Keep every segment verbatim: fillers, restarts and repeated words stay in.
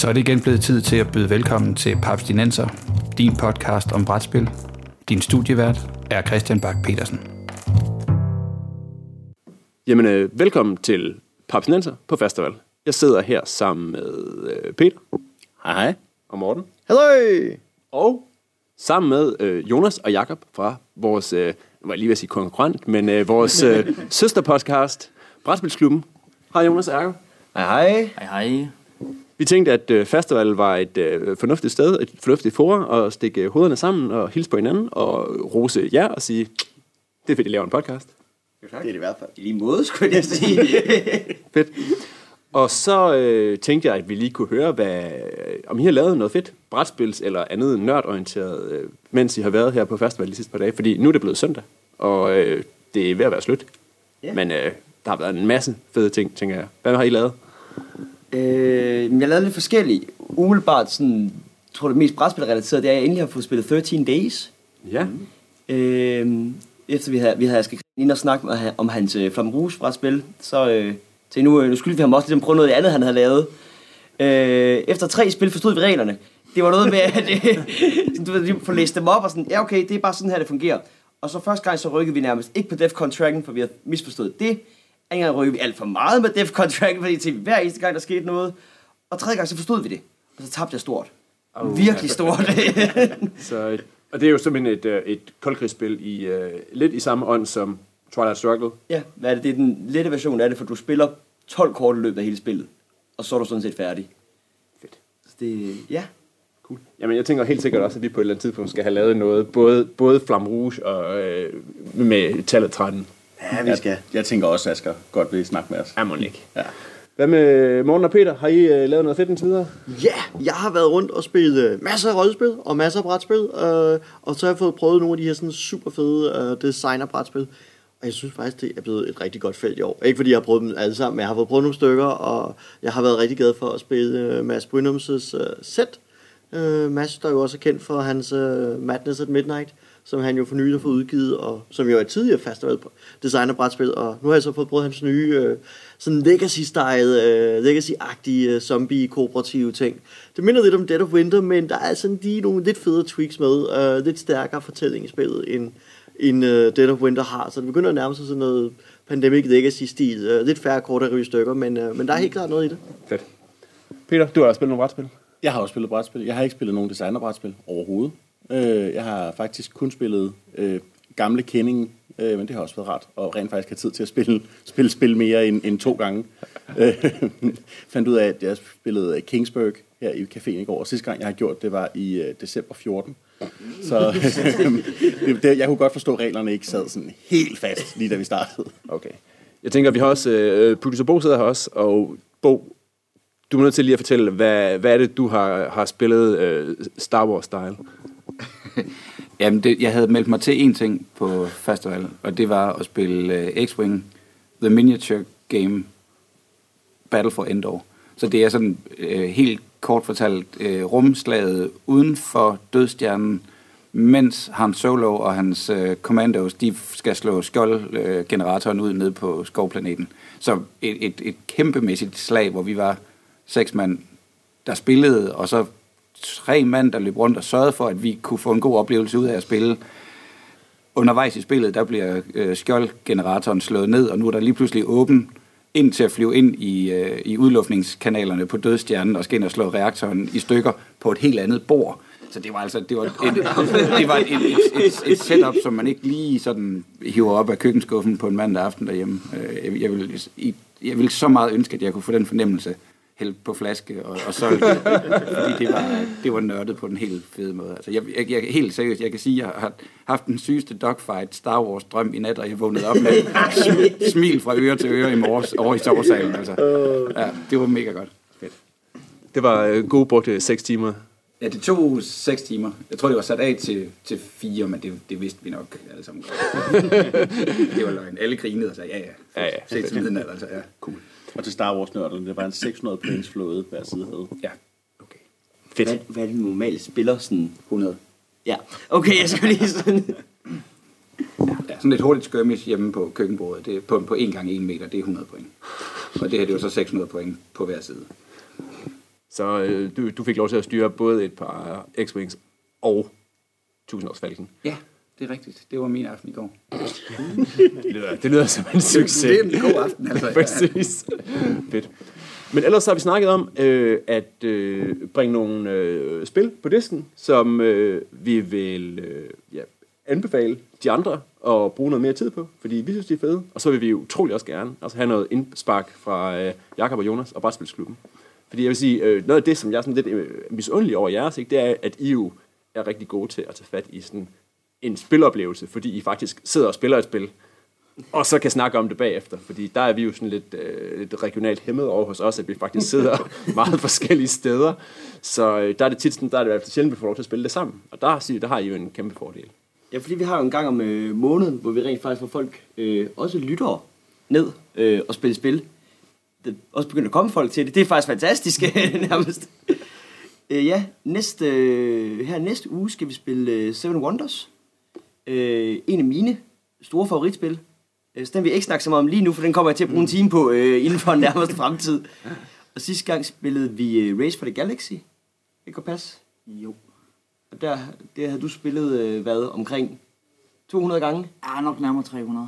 Så er det igen blevet tid til at byde velkommen til Papstinenser, din podcast om brætspil. Din studievært er Christian Bak Petersen. Jamen, øh, velkommen til Papstinenser på festival. Jeg sidder her sammen med øh, Peter. Hej hej. Og Morten. Hallo. Og sammen med øh, Jonas og Jakob fra vores, øh, nu var jeg lige ved at sige konkurrent, men øh, vores øh, søsterpodcast, Brætspilsklubben. Hej Jonas og Jakob. Hej hej. Hej hej. Vi tænkte, at øh, festival var et øh, fornuftigt sted, et fornuftigt forum, at stikke hovederne sammen og hilse på hinanden og rose jer og sige, det er fedt, I laver en podcast. Jo, tak. Det er det i hvert fald. I lige måde, skulle jeg sige. Fedt. Og så øh, tænkte jeg, at vi lige kunne høre, hvad, om I har lavet noget fedt brætspils eller andet nørdorienteret, øh, mens I har været her på festival de sidste par dage. Fordi nu er det blevet søndag, og øh, det er ved at være slut. Yeah. Men øh, der har været en masse fede ting, tænker jeg. Hvad har I lavet? Øh, jeg lavede lidt forskelligt. Umiddelbart sådan, jeg tror det mest brætspilrelateret, det er, at jeg endelig har fået spillet thirteen days. Ja. Øh, efter vi havde, vi havde skal ind og snakke med, om hans øh, Flamme Rouge brætspil, så øh, til nu, nu skulle vi ham også ligesom prøve noget af det andet, han havde lavet. Øh, efter tre spil forstod vi reglerne. Det var noget med, at øh, du ved, få læst dem op og sådan, ja okay, det er bare sådan her, det fungerer. Og så første gang, så rykkede vi nærmest ikke på Defcon tracken, for vi havde misforstået det. Anden gang rykkede vi alt for meget med Defcon tracken, fordi til hver eneste gang, der skete noget. Og tredje gang, så forstod vi det. Og så tabte jeg stort. Oh, virkelig stort. så, og det er jo simpelthen et, et koldkrigsspil i uh, lidt i samme ånd som Twilight Struggle. Ja, hvad er det? Det er den lette version af det, for du spiller tolv kort i løbet af hele spillet. Og så er du sådan set færdig. Fedt. Så det, ja. Cool. Jamen, jeg tænker helt sikkert også, at vi på et eller andet tidspunkt skal have lavet noget, både, både Flamme Rouge og øh, med tallet tretten. Ja, vi skal. Jeg, jeg tænker også, at Asger godt vil snakke med os. Ja, må ikke. Ja. Hvad med Morten og Peter? Har I uh, lavet noget fedt indtil videre? Ja, jeg har været rundt og spillet masser af rollespil og masser af brætspil. Øh, og så har jeg fået prøvet nogle af de her sådan super fede øh, designer-brætspil. Og jeg synes faktisk, det er blevet et rigtig godt felt i år. Ikke fordi jeg har prøvet dem alle sammen, men jeg har fået prøvet nogle stykker. Og jeg har været rigtig glad for at spille uh, Mads Brynums' uh, set. Uh, Mads, der jo også er kendt for hans uh, Madness at Midnight, som han jo for nylig har fået udgivet, og som jo er tidligere festival på designerbrætspil, og nu har jeg så fået prøvet hans nye, øh, sådan legacy-style, øh, legacy-agtige øh, zombie-kooperative ting. Det minder lidt om Dead of Winter, men der er sådan lige nogle lidt federe tweaks med, øh, lidt stærkere fortælling i spillet, end, end øh, Dead of Winter har, så det begynder at nærme sig sådan noget Pandemic Legacy-stil, øh, lidt færre kort at ryge stykker, men, øh, men der er helt klart noget i det. Fedt. Peter, du har også spillet nogle brætspil? Jeg har også spillet brætspil. Jeg har ikke spillet nogen designerbrætspil overhovedet. Jeg har faktisk kun spillet øh, gamle kending, øh, men det har også været rart, og rent faktisk have tid til at spille spille, spille mere end, end to gange. Fandt ud af, at jeg spillede Kingsburg her i caféen i går, og sidste gang jeg har gjort det var i øh, december fjorten. Så det, det, jeg kunne godt forstå, at reglerne ikke sad sådan helt fast, lige da vi startede. Okay. Jeg tænker, vi har også, øh, producer Bo sidder her også, og Bo, du er nødt til lige at fortælle, hvad, hvad er det, du har, har spillet øh, Star Wars-style? Jamen, det, jeg havde meldt mig til en ting på festival, og det var at spille uh, X-Wing, The Miniature Game, Battle for Endor. Så det er sådan uh, helt kort fortalt uh, rumslaget uden for dødstjernen, mens Han Solo og hans uh, commandos, de skal slå skjoldgeneratoren uh, ud ned på skovplaneten. Så et, et, et kæmpemæssigt slag, hvor vi var seks mand, der spillede, og så tre mand, der løb rundt og sørgede for, at vi kunne få en god oplevelse ud af at spille. Undervejs i spillet, der bliver øh, skjoldgeneratoren slået ned, og nu er der lige pludselig åben ind til at flyve ind i, øh, i udluftningskanalerne på dødstjernen og skal ind og slå reaktoren i stykker på et helt andet bord. Så det var altså det var et, det var et, et, et, et setup, som man ikke lige sådan hiver op af køkkenskuffen på en mandag aften derhjemme. Jeg, jeg, vil, jeg vil så meget ønske, at jeg kunne få den fornemmelse hældt på flaske og, og solgt, fordi det var, det var nørdet på den helt fede måde. Altså, jeg, jeg, jeg helt seriøst, jeg kan sige, at jeg har haft den sygeste dogfight Star Wars drøm i nat, og jeg vågnede op med smil fra øre til øre i morges over i sovesalen. Altså. Ja, det var mega godt. Fedt. Det var øh, gode brugte seks timer. Ja, det tog seks timer. Jeg tror, det var sat af til, til fire, men det, det vidste vi nok alle sammen godt. Det var løgn. Alle grinede og sagde, ja, ja. Ja, ja. Se til midnat, altså, ja. Cool. Og til Star Wars-nørderne, det var en seks hundrede points flåde hver side havde. Ja, okay. Fedt. Hvad, hvad er det normalt spiller? Sådan hundrede. Ja, okay, jeg skal lige sådan... Ja, sådan et hurtigt skirmish hjemme på køkkenbordet, det er på, på en gange en meter, det er hundrede point. Og det her, det var så seks hundrede point på hver side. Så øh, du, du fik lov til at styre både et par X-Wings og tusindårsfalken. Ja, det er rigtigt. Det var min aften i går. Det lyder, det lyder som en succes. Det er en god aften, altså. Præcis. Fedt. Men ellers har vi snakket om øh, at øh, bringe nogle øh, spil på disken, som øh, vi vil øh, ja, anbefale de andre at bruge noget mere tid på, fordi vi synes, de er fede. Og så vil vi utrolig også gerne altså have noget indspark fra øh, Jakob og Jonas og Brætspilsklubben. Fordi jeg vil sige, øh, noget af det, som jeg er sådan lidt øh, misundelig over jeres, ikke, det er, at I jo er rigtig gode til at tage fat i sådan en spiloplevelse, fordi I faktisk sidder og spiller et spil, og så kan snakke om det bagefter, fordi der er vi jo sådan lidt, øh, lidt regionalt hæmmet over hos os, at vi faktisk sidder meget forskellige steder, så øh, der er det tit sådan, der er det i hvert fald sjældent, vi får lov til at spille det sammen, og der, der har I jo en kæmpe fordel. Ja, fordi vi har jo en gang om øh, måneden, hvor vi rent faktisk får folk øh, også lytter ned øh, og spille spil. Det også begynder at komme folk til det. Det er faktisk fantastisk, nærmest. Øh, ja, næste, øh, her næste uge skal vi spille øh, Seven Wonders. Øh, en af mine store favoritspil. Øh, så den vil jeg ikke snakke så meget om lige nu, for den kommer jeg til at bruge en time på øh, inden for den nærmeste fremtid. Og sidste gang spillede vi øh, Race for the Galaxy. Det kan passe? Jo. Og der, der havde du spillet, øh, hvad, omkring to hundrede gange? Ja, nok nærmere tre hundrede.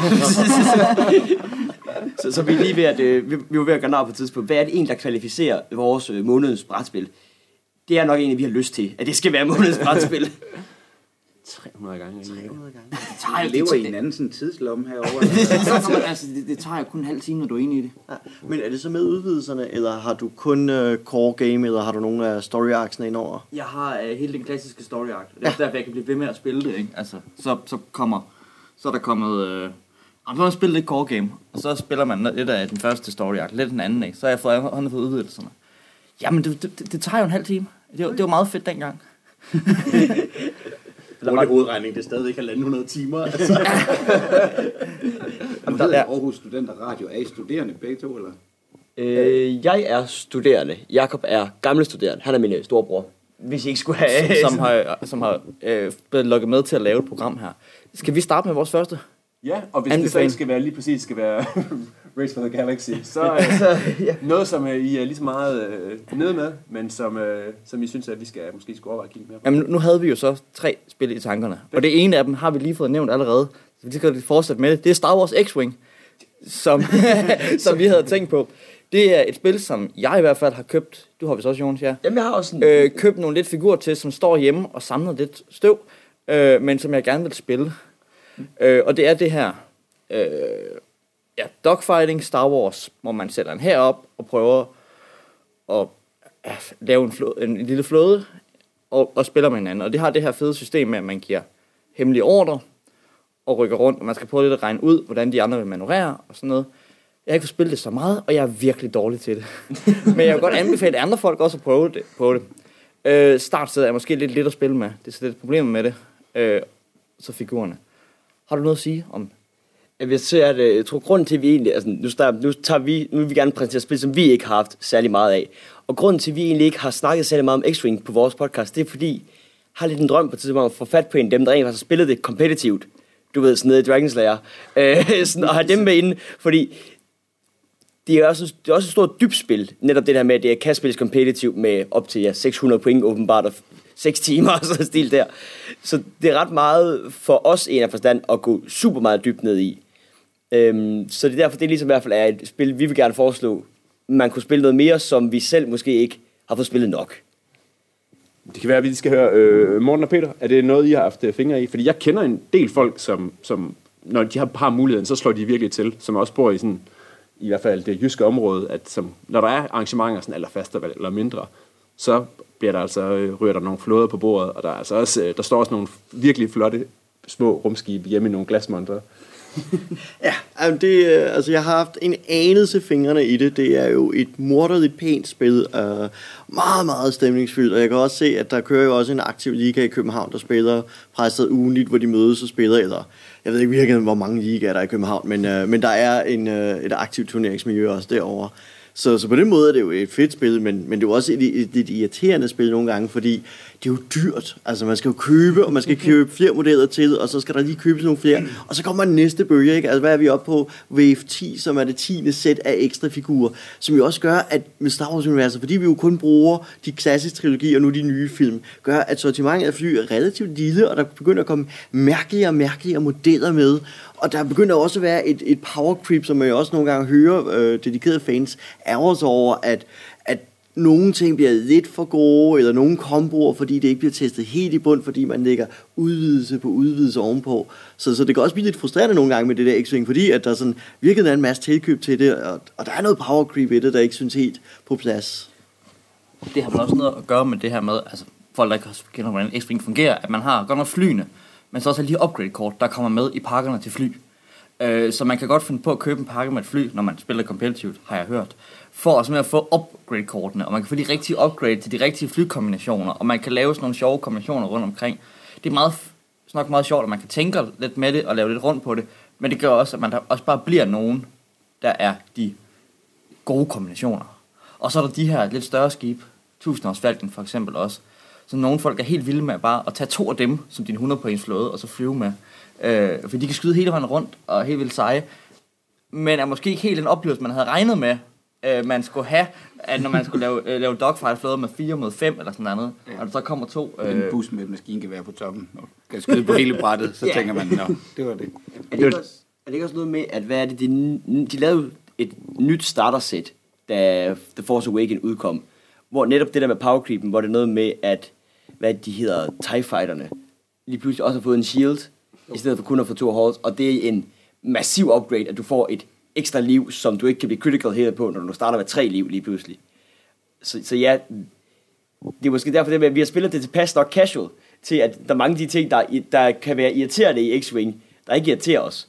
så, så vi er lige ved at, øh, vi, vi var ved at gøre nær på et tidspunkt. Hvad er det egentlig, der kvalificerer vores øh, månedens brætspil? Det er nok egentlig, vi har lyst til, at det skal være månedens brætspil. tre hundrede gange. tre hundrede gange. Det tager Jeg jo lever det, i en anden sådan tidslomme herovre. så, altså, det, det tager jo kun en halv time, når du er inde i det. Ja. Men er det så med udvidelserne, eller har du kun uh, core game, eller har du nogle af story arcs'ene indover? Jeg har uh, hele den klassiske story arc. Det er ja. derfor, jeg kan blive ved med at spille det. Ikke? Altså, så, så kommer så er der kommet... Øh, så har man spillet lidt core game, og så spiller man lidt af den første story arc, lidt den anden. Ikke? Så har jeg fået hånden for udvidelserne. Jamen, det, det, det tager jo en halv time. Det var, det var meget fedt dengang. Rolig hovedregning, det er stadigvæk halvanden hundrede timer. Altså. Nu hedder jeg Aarhus Studenter Radio. Er I studerende begge to, eller? Øh, jeg er studerende. Jakob er gamle studerende. Han er min storebror. Hvis I ikke skulle have... som har, som har øh, blevet lukket med til at lave et program her. Skal vi starte med vores første? Ja, og hvis det så ikke skal være lige præcis, skal være Race for the Galaxy, så øh, ja. noget, som øh, I er lige så meget øh, nede med, men som, øh, som I synes, at vi skal måske skulle overveje at kigge mere på. Jamen, nu havde vi jo så tre spil i tankerne, og det ene af dem har vi lige fået nævnt allerede, så vi skal fortsætte med det. Det er Star Wars X-Wing, som, som vi havde tænkt på. Det er et spil, som jeg i hvert fald har købt. Du har vist også, Jonas, ja? Jamen, jeg har også en... Øh, købt nogle lidt figurer til, som står hjemme og samler lidt støv, øh, men som jeg gerne vil spille. Mm. Øh, og det er det her... Øh, ja, dogfighting Star Wars, hvor man sætter en herop og prøver at ja, lave en, flå, en, en lille flåde og, og spiller med hinanden. Og det har det her fede system med, at man giver hemmelige ordre og rykker rundt, og man skal prøve lidt at regne ud, hvordan de andre vil manøvrere og sådan noget. Jeg har ikke fået spillet det så meget, og jeg er virkelig dårlig til det. Men jeg vil godt anbefale andre folk også at prøve det. På det. Øh, startstedet er måske lidt lidt at spille med. Det er så lidt problemer med det. Øh, så figurerne. Har du noget at sige om? Jeg vil sige, at jeg tror, grunden til, at vi egentlig... Altså, nu, start, nu, tager vi, nu vil vi gerne præsentere spil, som vi ikke har haft særlig meget af. Og grunden til, at vi egentlig ikke har snakket særlig meget om X-Wing på vores podcast, det er fordi, jeg har lidt en drøm på tidspunkt at få fat på en af dem, der egentlig har spillet det kompetitivt. Du ved, sådan noget i Dragon Slayer. Øh, sådan, og have dem med inde, fordi... Det er, også, det er også et stort dybt spil, netop det der med, at det kan spilles competitive med op til ja, seks hundrede point åbenbart, og seks timer og sådan stil der. Så det er ret meget for os en af forstand at gå super meget dybt ned i. Øhm, så det er derfor, det ligesom i hvert fald er et spil, vi vil gerne foreslå. Man kunne spille noget mere, som vi selv måske ikke har fået spillet nok. Det kan være, at vi skal høre øh, Morten og Peter. Er det noget, I har haft fingre i? Fordi jeg kender en del folk, som, som når de har, har muligheden, så slår de virkelig til, som også bor i sådan... i hvert fald det jyske område, at som, når der er arrangementer, sådan, eller festival eller mindre, så bliver der altså, øh, ryger der nogle flåder på bordet, og der, er altså også, øh, der står også nogle virkelig flotte små rumskibe hjemme i nogle glasmontre. Ja, altså, det, altså jeg har haft en anelse fingrene i det. Det er jo et morderligt pænt spil, uh, meget, meget stemningsfyldt, og jeg kan også se, at der kører jo også en aktiv liga i København, der spiller presset ugenligt, hvor de mødes og spiller, eller jeg ved ikke virkelig, hvor mange ligaer der er i København, men, uh, men der er en, uh, et aktivt turneringsmiljø også derovre. Så, så på den måde er det jo et fedt spil, men, men det er jo også et, et, et, et irriterende spil nogle gange, fordi det er jo dyrt. Altså man skal jo købe, og man skal købe flere modeller til, og så skal der lige købes nogle flere, og så kommer den næste bølge, ikke? Altså hvad er vi oppe på? Wave ti, som er det tiende sæt af ekstra figurer, som jo også gør, at med Star Wars-universet, fordi vi jo kun bruger de klassiske trilogier, og nu de nye film, gør, at sortimentet af fly er relativt lille, og der begynder at komme mærkelige og mærkelige modeller med, og der begynder også at være et, et power creep, som man jo også nogle gange hører øh, dedikerede fans ærger sig over, at, at nogle ting bliver lidt for gode, eller nogle komboer, fordi det ikke bliver testet helt i bund, fordi man lægger udvidelse på udvidelse ovenpå. Så, så det kan også blive lidt frustrerende nogle gange med det der X-Wing, fordi at der sådan virkelig er en masse tilkøb til det, og, og der er noget power creep i det, der ikke synes helt på plads. Det har vel også noget at gøre med det her med, altså folk der ikke kender, hvordan X-Wing fungerer, at man har godt nok flyene, men så også lige upgrade-kort, der kommer med i pakkerne til fly. Øh, så man kan godt finde på at købe en pakke med et fly, når man spiller competitivt, har jeg hørt, for også med at få upgrade-kortene, og man kan få de rigtige upgrade til de rigtige flykombinationer, og man kan lave sådan nogle sjove kombinationer rundt omkring. Det er meget, nok meget sjovt, at man kan tænke lidt med det og lave lidt rundt på det, men det gør også, at man der også bare bliver nogen, der er de gode kombinationer. Og så er der de her lidt større skib, Tusindårsfalken for eksempel også, så nogle folk er helt vilde med bare at tage to af dem, som din hundrede points flåde, og så flyve med. Øh, for de kan skyde hele vejen rundt, og er helt vildt seje. Men er måske ikke helt den oplevelse, man havde regnet med, øh, man skulle have, at når man skulle lave, øh, lave dogfight-flåde med fire mod fem, eller sådan noget, ja. Og der så kommer to... Øh, en bus med et maskingevær på toppen, og kan skyde på hele brættet, så ja. Tænker man, nå, det var det. Er det, ikke også, er det ikke også noget med, at hvad er det, de, de lavede et nyt starter-set, da The Force Awakens udkom, hvor netop det der med power creepen, hvor det er noget med, at hvad de hedder, TIE Fighterne, lige pludselig også har fået en shield, i stedet for kun at få to halls, og det er en massiv upgrade, at du får et ekstra liv, som du ikke kan blive critical her på, når du starter med tre liv lige pludselig. Så, så ja, det er måske derfor, det med, at vi har spillet det tilpas nok casual, til at der er mange af de ting, der, der kan være irriterende i X-Wing, der ikke irriterer os.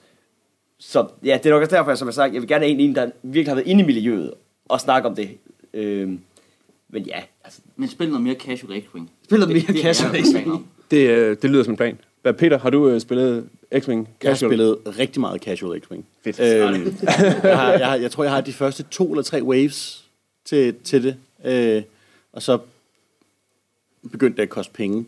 Så ja, det er nok også derfor, som jeg har sagt, jeg vil gerne have en, der virkelig har været inde i miljøet, og snakke om det. Øhm, men ja, altså... Men spil noget mere casual X-Wing. Spil noget mere det, casual det, X-Wing. Det, det lyder som en plan. Hvad, Peter, har du uh, spillet X-Wing casual? Jeg har spillet rigtig meget casual X-Wing. Fedt. Øhm, jeg, har, jeg, har, jeg tror, jeg har de første to eller tre waves til, til det. Øh, og så begyndte det at koste penge.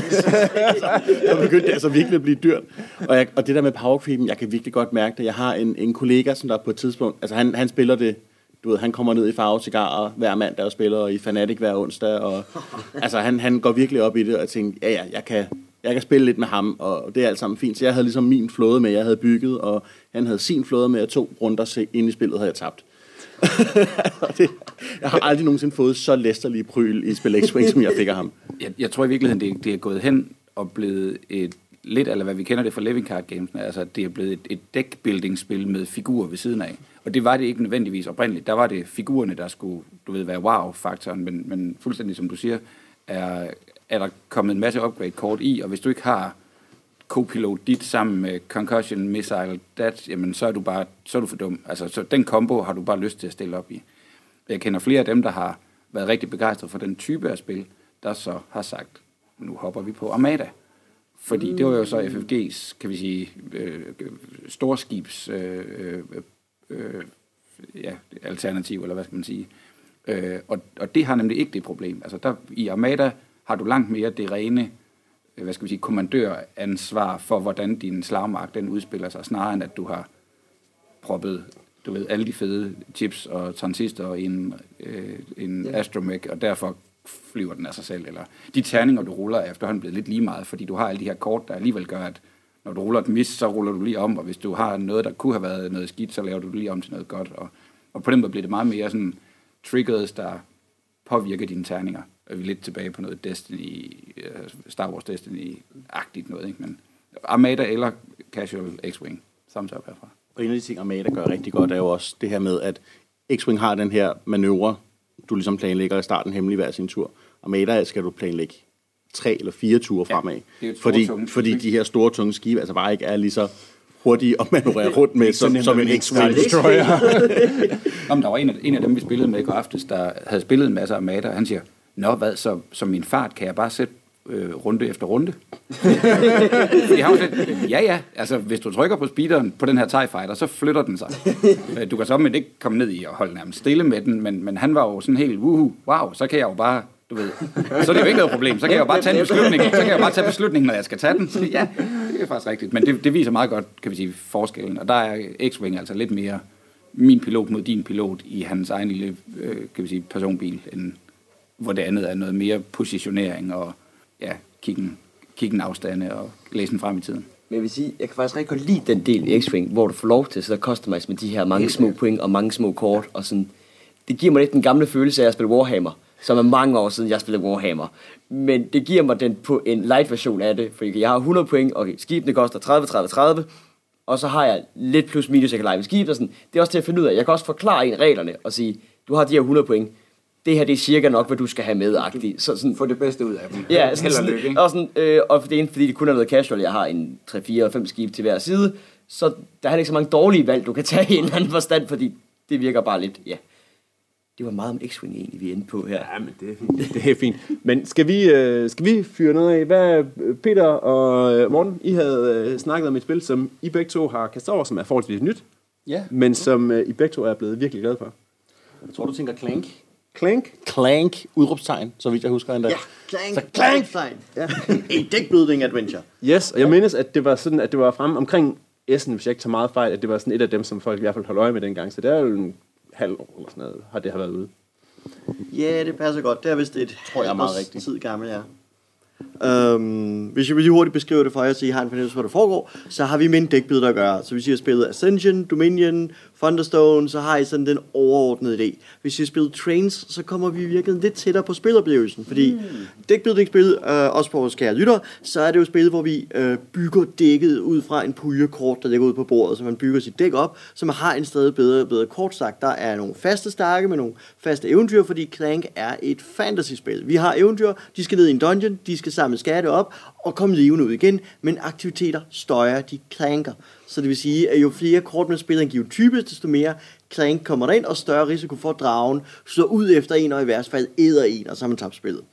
så begyndte det altså virkelig at blive dyrt. Og, jeg, og det der med power creepen, jeg kan virkelig godt mærke det. Jeg har en, en kollega, som der på et tidspunkt, altså han, han spiller det, du ved, han kommer ned i Farve Cigarer hver mandag og spiller, og i Fanatic hver onsdag, og altså han, han går virkelig op i det, og jeg tænkte, ja ja, jeg kan, jeg kan spille lidt med ham, og det er alt sammen fint. Så jeg havde ligesom min flåde med, jeg havde bygget, og han havde sin flåde med, og to runder ind i spillet havde jeg tabt. det, jeg har aldrig nogensinde fået så læsterlige pryl i spil X-Wing, som jeg fik af ham. Jeg, jeg tror i virkeligheden, det, det er gået hen og blevet et lidt, eller hvad vi kender det fra Living Card Games, altså det er blevet et, et deckbuilding-spil med figurer ved siden af. Og det var det ikke nødvendigvis oprindeligt. Der var det figurerne, der skulle, du ved, være wow-faktoren, men, men fuldstændig som du siger, er, er der kommet en masse upgrade-kort i, og hvis du ikke har Copilot dit sammen med Concussion, Missile, dat, jamen så er du bare, så er du for dum. Altså, så den combo har du bare lyst til at stille op i. Jeg kender flere af dem, der har været rigtig begejstret for den type af spil, der så har sagt, nu hopper vi på Armada. Fordi mm. det var jo så F F G's, kan vi sige, øh, storskibs øh, øh, ja, alternativ, eller hvad skal man sige. Øh, og, og det har nemlig ikke det problem. Altså der, i Armada har du langt mere det rene, hvad skal vi sige, kommandøransvar for, hvordan din slagmark den udspiller sig, snarere end at du har proppet, du ved, alle de fede chips og transistorer i en, øh, en ja. Astromech, og derfor flyver den af sig selv. Eller de terninger, du ruller, er efterhånden blevet lidt lige meget, fordi du har alle de her kort, der alligevel gør, at når du ruller et mis, så ruller du lige om, og hvis du har noget, der kunne have været noget skidt, så laver du det lige om til noget godt. Og, og på den måde bliver det meget mere sådan triggers, der påvirker dine terninger. Og vi er lidt tilbage på noget Destiny, Star Wars Destiny-agtigt noget, ikke? Men Armada eller Casual X-Wing, thumbs up herfra. Og en af de ting, Armada gør rigtig godt, er jo også det her med, at X-Wing har den her manøvre, du ligesom planlægger i starten hemmelig hver sin tur. Armada skal du planlægge tre eller fire ture fremad. Ja, fordi, fordi de her store, tunge skibe altså bare ikke er lige så hurtige at manøvrere rundt med, som, som en X-Wing destroyer. Nå, men der var en af, en af dem, vi spillede med i går aftes, der havde spillet en masse Armada, og han siger, nå hvad, så, så min fart kan jeg bare sætte øh, runde efter runde. Jeg har jo set, ja, ja, altså hvis du trykker på speederen på den her TIE Fighter, så flytter den sig. Du kan så men ikke komme ned i og holde nærmest stille med den, men, men han var jo sådan helt, woohoo, wow, så kan jeg jo bare, du ved, så er det jo ikke noget problem, så kan jeg jo bare tage en beslutning, så kan jeg jo bare tage beslutningen, når jeg skal tage den. Så ja, det er faktisk rigtigt, men det, det viser meget godt, kan vi sige, forskellen, og der er X-Wing altså lidt mere min pilot mod din pilot i hans egen lille, øh, kan vi sige, personbil, end hvor det andet er noget mere positionering og ja, kiggen, kiggen afstande og læsen frem i tiden. Men jeg vil sige, jeg kan faktisk rigtig godt lide den del i X-Wing, hvor du får lov til at sidde og customize med de her mange små point og mange små kort. Og sådan. Det giver mig lidt den gamle følelse af at spille Warhammer, som er mange år siden, jeg spillede Warhammer. Men det giver mig den på en light version af det, fordi jeg har hundrede point, og okay, skibene koster tredive, tredive, tredive, og så har jeg lidt plus minus, jeg kan lege med skib og sådan. Det er også til at finde ud af. Jeg kan også forklare en reglerne og sige, du har de her hundrede point. Det her, det er cirka nok, hvad du skal have med-agtigt. Så sådan, få det bedste ud af dem. Ja, sådan, sådan, lykke, og, sådan, øh, og det er ikke, fordi det kun er noget casual. Jeg har en tre, fire og fem skib til hver side. Så der er ikke så mange dårlige valg, du kan tage i en eller anden forstand, fordi det virker bare lidt, ja. Det var meget om X-Wing egentlig, vi endte på her. Ja, men det er fint. Det er fint. Men skal vi, øh, skal vi fyre noget af? Hvad Peter og Morten, I havde øh, snakket om et spil, som I begge to har kastet over, som er forholdsvis nyt. Ja. Men som øh, I begge to er blevet virkelig glade for. Jeg tror, du tænker Clank. Clank? Clank, udråbstegn, så vidt jeg husker endda. Ja, Clank, Så Clank, Clank. Ja. En deckbuilding adventure. Yes, og jeg mindes, at det var sådan, at det var frem omkring Essen, hvis jeg ikke tager meget fejl, at det var sådan et af dem, som folk i hvert fald holdt øje med dengang. Så det er jo en halv år eller sådan noget, har det har været ude. Ja, det passer godt. Det er vist et Tror jeg er meget års rigtigt. tid gammel, ja. Um, hvis jeg vil lige hurtigt beskrive det for jer, så I har en fornemmelse, hvor det foregår, så har vi med en dækbilleder at gøre. Så hvis I har spillet Ascension, Dominion, Thunderstone, så har I sådan den overordnede idé. Hvis I har spillet Trains, så kommer vi virkelig lidt tættere på spiloplevelsen, fordi mm. dækbuilding-spil, øh, også på vores kære lytter, så er det jo spil, hvor vi øh, bygger dækket ud fra en pulje kort, der ligger ud på bordet, så man bygger sit dæk op, så man har en stadig bedre, bedre kortstak. Der er nogle faste stakke med nogle faste eventyr, fordi Clank er et fantasy-spil. Vi har eventyr, de skal ned i en dungeon, de skal samle skatte op og komme levende ud igen, men aktiviteter støjer, de clanker. Så det vil sige, at jo flere kort man spiller en givet type, desto mere clank kommer der ind, og større risiko for at dragen slår ud efter en, og i værste fald æder en, og så har man tabt spillet.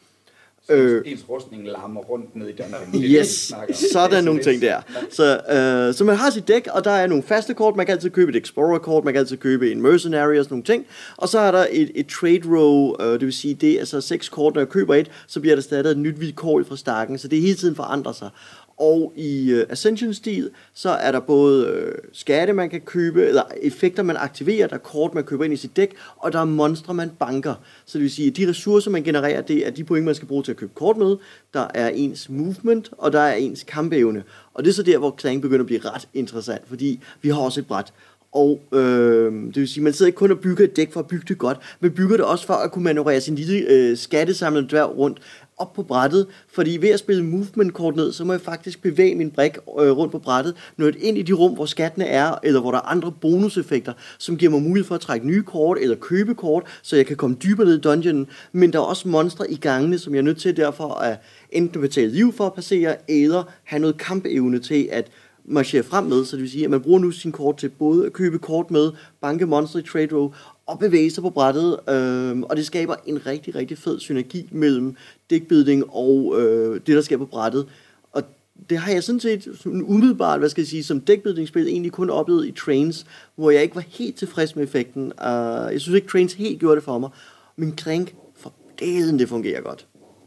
Øh, ens rustning larmer rundt ned i dungeon. Yes, sådan nogle ting der. Så, øh, så man har sit dæk, og der er nogle faste kort. Man kan altid købe et Explorer-kort, man kan altid købe en Mercenary og sådan nogle ting. Og så er der et, et Trade Row, øh, det vil sige, det er altså seks kort, når jeg køber et, så bliver der stadig et nyt vilkår fra stakken, så det hele tiden forandrer sig. Og i uh, Ascension-stil, så er der både øh, skatte, man kan købe, eller effekter, man aktiverer, der er kort, man køber ind i sit dæk, og der er monstre, man banker. Så det vil sige, at de ressourcer, man genererer, det er de point, man skal bruge til at købe kort med. Der er ens movement, og der er ens kampevne. Og det er så der, hvor Clank begynder at blive ret interessant, fordi vi har også et bræt. Og øh, det vil sige, man sidder ikke kun og bygger et dæk for at bygge det godt, men bygger det også for at kunne manøvrere sin lille øh, skattesamlende dværg rundt op på brættet, fordi ved at spille movement-kort ned, så må jeg faktisk bevæge min brik øh, rundt på brættet, nå ind i de rum, hvor skattene er, eller hvor der er andre bonuseffekter, som giver mig mulighed for at trække nye kort, eller købe kort, så jeg kan komme dybere ned i dungeonen, men der er også monstre i gangene, som jeg er nødt til derfor at enten betale liv for at passere, eller have noget kampevne til at marchere frem med, så det vil sige, at man bruger nu sin kort til både at købe kort med, banke monster i Trade Row, og bevæge sig på brættet, øh, og det skaber en rigtig, rigtig fed synergi mellem dækbuilding og øh, det, der sker på brættet. Og det har jeg sådan set umiddelbart, hvad skal jeg sige, som dækbuilding-spil egentlig kun oplevet i Trains, hvor jeg ikke var helt tilfreds med effekten. Uh, jeg synes ikke, Trains helt gjorde det for mig, men Clank, for delen, det fungerer godt.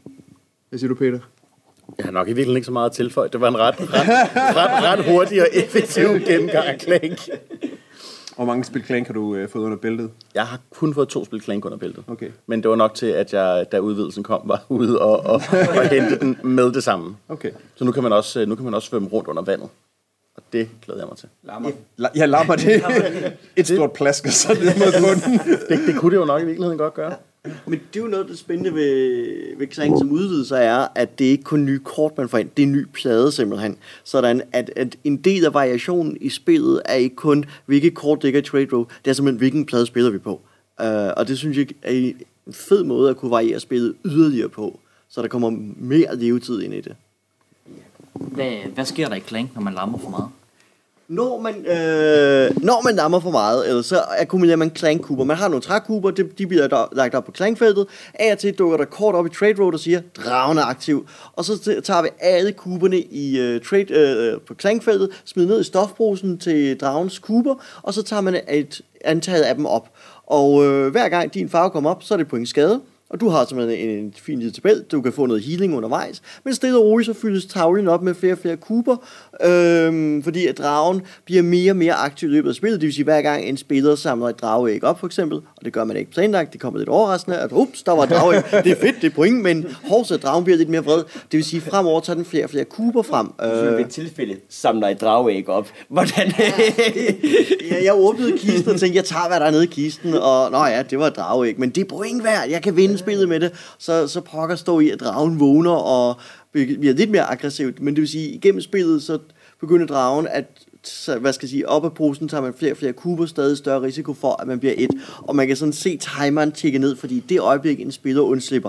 Hvad siger du, Peter? Jeg har nok i virkeligheden ikke så meget at tilføje. Det var en ret, ret, ret, ret hurtig og effektiv gennemgang af Clank. Hvor mange spil Clank har du øh, fået under bæltet? Jeg har kun fået to spil Clank under bæltet. Okay. Men det var nok til, at jeg, da udvidelsen kom, var ude og, og, og hente den med det samme. Okay. Så nu kan man også, nu kan man også svømme rundt under vandet. Og det glæder jeg mig til. Lammer. La- ja, lammer det. Et stort plask og så ned mod bunden. Det, det kunne det jo nok i virkeligheden godt gøre. Men det er jo noget af det spændende ved, ved Clank som udvidelse er, at det ikke kun nye kort, man får ind, det er ny plade simpelthen. Sådan at, at en del af variationen i spillet er ikke kun, hvilke kort dækker i Trade Row, det er simpelthen, hvilken plade spiller vi på. Uh, og det synes jeg er en fed måde at kunne variere spillet yderligere på, så der kommer mere levetid ind i det. Hvad, hvad sker der i Clank, når man lammer for meget? Når man, øh, når man dammer for meget, eller så akkumulerer man klankkuber. Man har nogle trækuber, de, de bliver der, lagt op på klankfeltet. Af og til dukker der kort op i Trade Road og siger, dragen er aktiv. Og så tager vi alle kuberne i øh, trade, øh, på klankfeltet, smider ned i stofbrusen til dragens kuber, og så tager man et antal af dem op. Og øh, hver gang din farve kommer op, så er det point skade. Og du har simpelthen en, en fin lille tabel, du kan få noget healing undervejs. Men stille og roligt, så fyldes tavlen op med flere og flere kuber, øhm, fordi at dragen bliver mere og mere aktiv i løbet af spillet. Det vil sige, hver gang en spiller samler et drageæg op, for eksempel, og det gør man ikke på planlagt, det kommer lidt overraskende, at ups, der var et drageæg, det er fedt, det er point, men hårdt, så dragen bliver lidt mere vred. Det vil sige, fremover tager den flere og flere kuber frem. Øh, ved et tilfælde samler et drageæg op. Hvordan? ja, jeg åbnede kisten og tænkte, jeg tager, hvad der er nede i kisten, og nå ja, det var et drageæg, men det er point værd, jeg kan vinde spillet med det, så, så pokker stå i, at dragen vågner og bliver lidt mere aggressivt, men det vil sige, igennem spillet, så begynder dragen at, så, hvad skal jeg sige, op af posen tager man flere og flere kuber, stadig større risiko for, at man bliver et, og man kan sådan se timeren tikke ned, fordi det øjeblik, en spiller undslipper,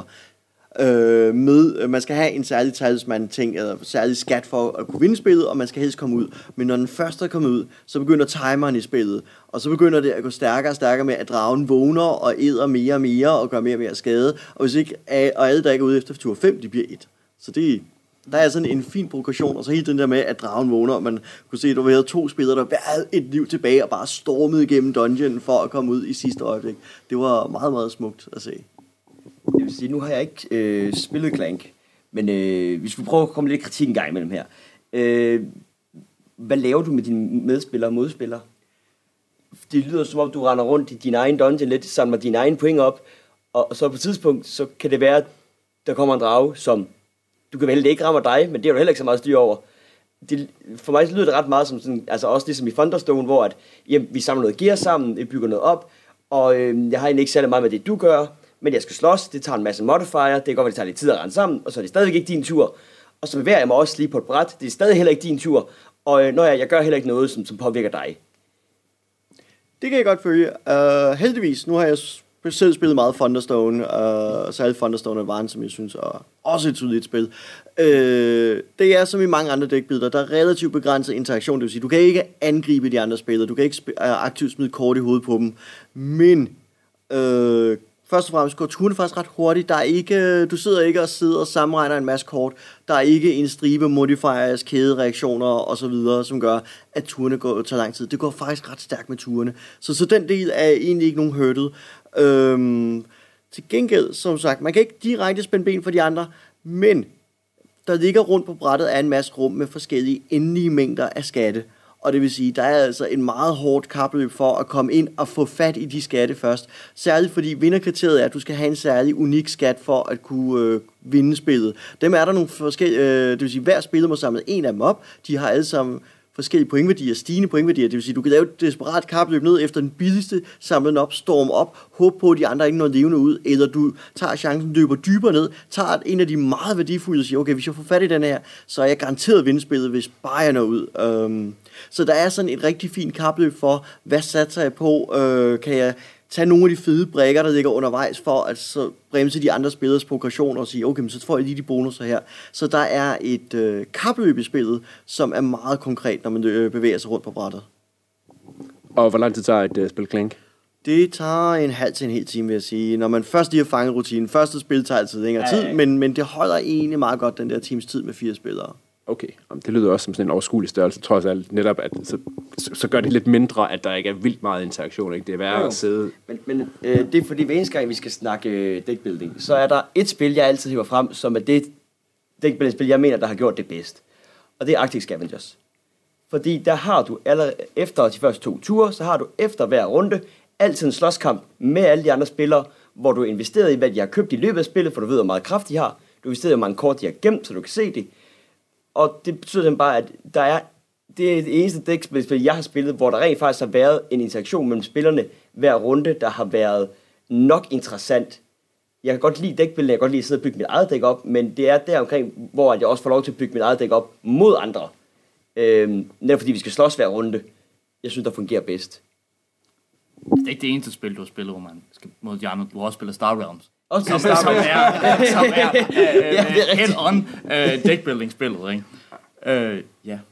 øh, med, man skal have en særlig talisman ting, eller særlig skat for at kunne vinde spillet, og man skal helst komme ud, men når den første er kommet ud, så begynder timeren i spillet, og så begynder det at gå stærkere og stærkere med, at dragen vågner og æder mere og mere, og gør mere og mere skade, og hvis ikke, og alle der ikke er ude efter tur fem, de bliver et. Så det, der er sådan en fin progression, og så hele den der med, at dragen vågner, og man kunne se, at der var to spillere, der havde et liv tilbage, og bare stormede igennem dungeon for at komme ud i sidste øjeblik. Det var meget, meget smukt at se. Jeg vil sige, nu har jeg ikke øh, spillet Clank, men øh, hvis vi prøver at komme lidt kritik en gang imellem her. Øh, hvad laver du med dine medspillere og modspillere? Det lyder som om, du render rundt i din egen dungeon lidt, samler dine egne point op, og så på et tidspunkt, så kan det være, at der kommer en drage, som du kan vælge, det ikke rammer dig, men det er du heller ikke så meget styr over. Det, for mig så lyder det ret meget som sådan, altså også ligesom i Thunderstone, hvor at, jamen, vi samler noget gear sammen, vi bygger noget op, og øh, jeg har egentlig ikke særlig meget med det, du gør, men jeg skal slås, det tager en masse modifier, det kan godt være, det tager lidt tid at rende sammen, og så er det stadigvæk ikke din tur. Og så bevæger jeg mig også lige på et bræt, det er stadig heller ikke din tur, og øh, når jeg, jeg gør heller ikke noget, som, som påvirker dig. Det kan jeg godt følge. Uh, heldigvis, nu har jeg selv spillet meget Thunderstone, uh, særligt Thunderstone Advance, som jeg synes er også et tydeligt spil. Uh, det er som i mange andre dækbilleder, der er relativt begrænset interaktion, det vil sige, du kan ikke angribe de andre spillere, du kan ikke sp- uh, aktivt smide kort i hovedet på dem, men uh, først og fremmest går turene faktisk ret hurtigt. Der er ikke, du sidder ikke og sidder og sammenregner en masse kort. Der er ikke en stribe modifiers, kædereaktioner og så videre, som gør, at turene går, tager lang tid. Det går faktisk ret stærkt med turene. Så, så den del er egentlig ikke nogen hurtet. Øhm, til gengæld, som sagt, man kan ikke direkte spænde ben for de andre, men der ligger rundt på brættet af en masse rum med forskellige endelige mængder af skatte. Og det vil sige, der er altså en meget hårdt kapløb for at komme ind og få fat i de skatte først. Særligt fordi vinderkriteriet er, at du skal have en særlig unik skat for at kunne øh, vinde spillet. Dem er der nogle forskellige, øh, det vil sige, hver spiller må samle en af dem op. De har alle sammen forskellige pointværdier, stigende pointværdier. Det vil sige, du kan lave et desperat kapløb ned efter den billigste, samle den op, storme op, håbe på, at de andre ikke når levende ud, eller du tager chancen, løber dybere ned, tager en af de meget værdifulde og siger, okay, hvis jeg får fat i den her, så er jeg garanteret vindspillet, hvis bare jeg når ud. Um, så der er sådan et rigtig fint kapløb for, hvad satser jeg på, uh, kan jeg tage nogle af de fede brækker, der ligger undervejs, for at så bremse de andre spillers progression og sige, okay, men så får jeg lige de bonusser her. Så der er et øh, kapløb i spillet, som er meget konkret, når man øh, bevæger sig rundt på brættet. Og hvor lang tid tager et øh, spil Clank? Det tager en halv til en hel time, vil jeg sige. Når man først lige har fanget rutinen. Første spil tager altid længere ja, tid, men, men det holder egentlig meget godt, den der times tid med fire spillere. Okay, det lyder også som sådan en overskuelig størrelse, tror jeg netop, at så, så gør det lidt mindre, at der ikke er vildt meget interaktion, ikke? Det er værd at sidde... Men, men øh, det er fordi, hver eneste gang, vi skal snakke øh, deckbuilding, så er der et spil, jeg altid hiver frem, som er det deckbuilding-spil, jeg mener, der har gjort det bedst. Og det er Arctic Scavengers. Fordi der har du, allerede efter de første to ture, så har du efter hver runde, altid en slåskamp med alle de andre spillere, hvor du investerer i, hvad de har købt i løbet af spillet, for du ved, hvor meget kraft de har. Du investerer i, hvor mange kort de har gemt, så du kan se det. Og det betyder simpelthen bare, at der er, det er det eneste dækspil, jeg har spillet, hvor der rent faktisk har været en interaktion mellem spillerne hver runde, der har været nok interessant. Jeg kan godt lide dækbilleder, jeg kan godt lide at sidde og bygge mit eget dæk op, men det er deromkring, hvor jeg også får lov til at bygge mit eget dæk op mod andre. Øhm, netop fordi vi skal slås hver runde. Jeg synes, der fungerer bedst. Det er ikke det eneste spil, du har spillet, hvor man skal mod de andre. Du har også spillet Star Realms. Også som, Star som er, som er uh, ja, head-on uh, deckbuilding-spillet, ikke? Uh, ja.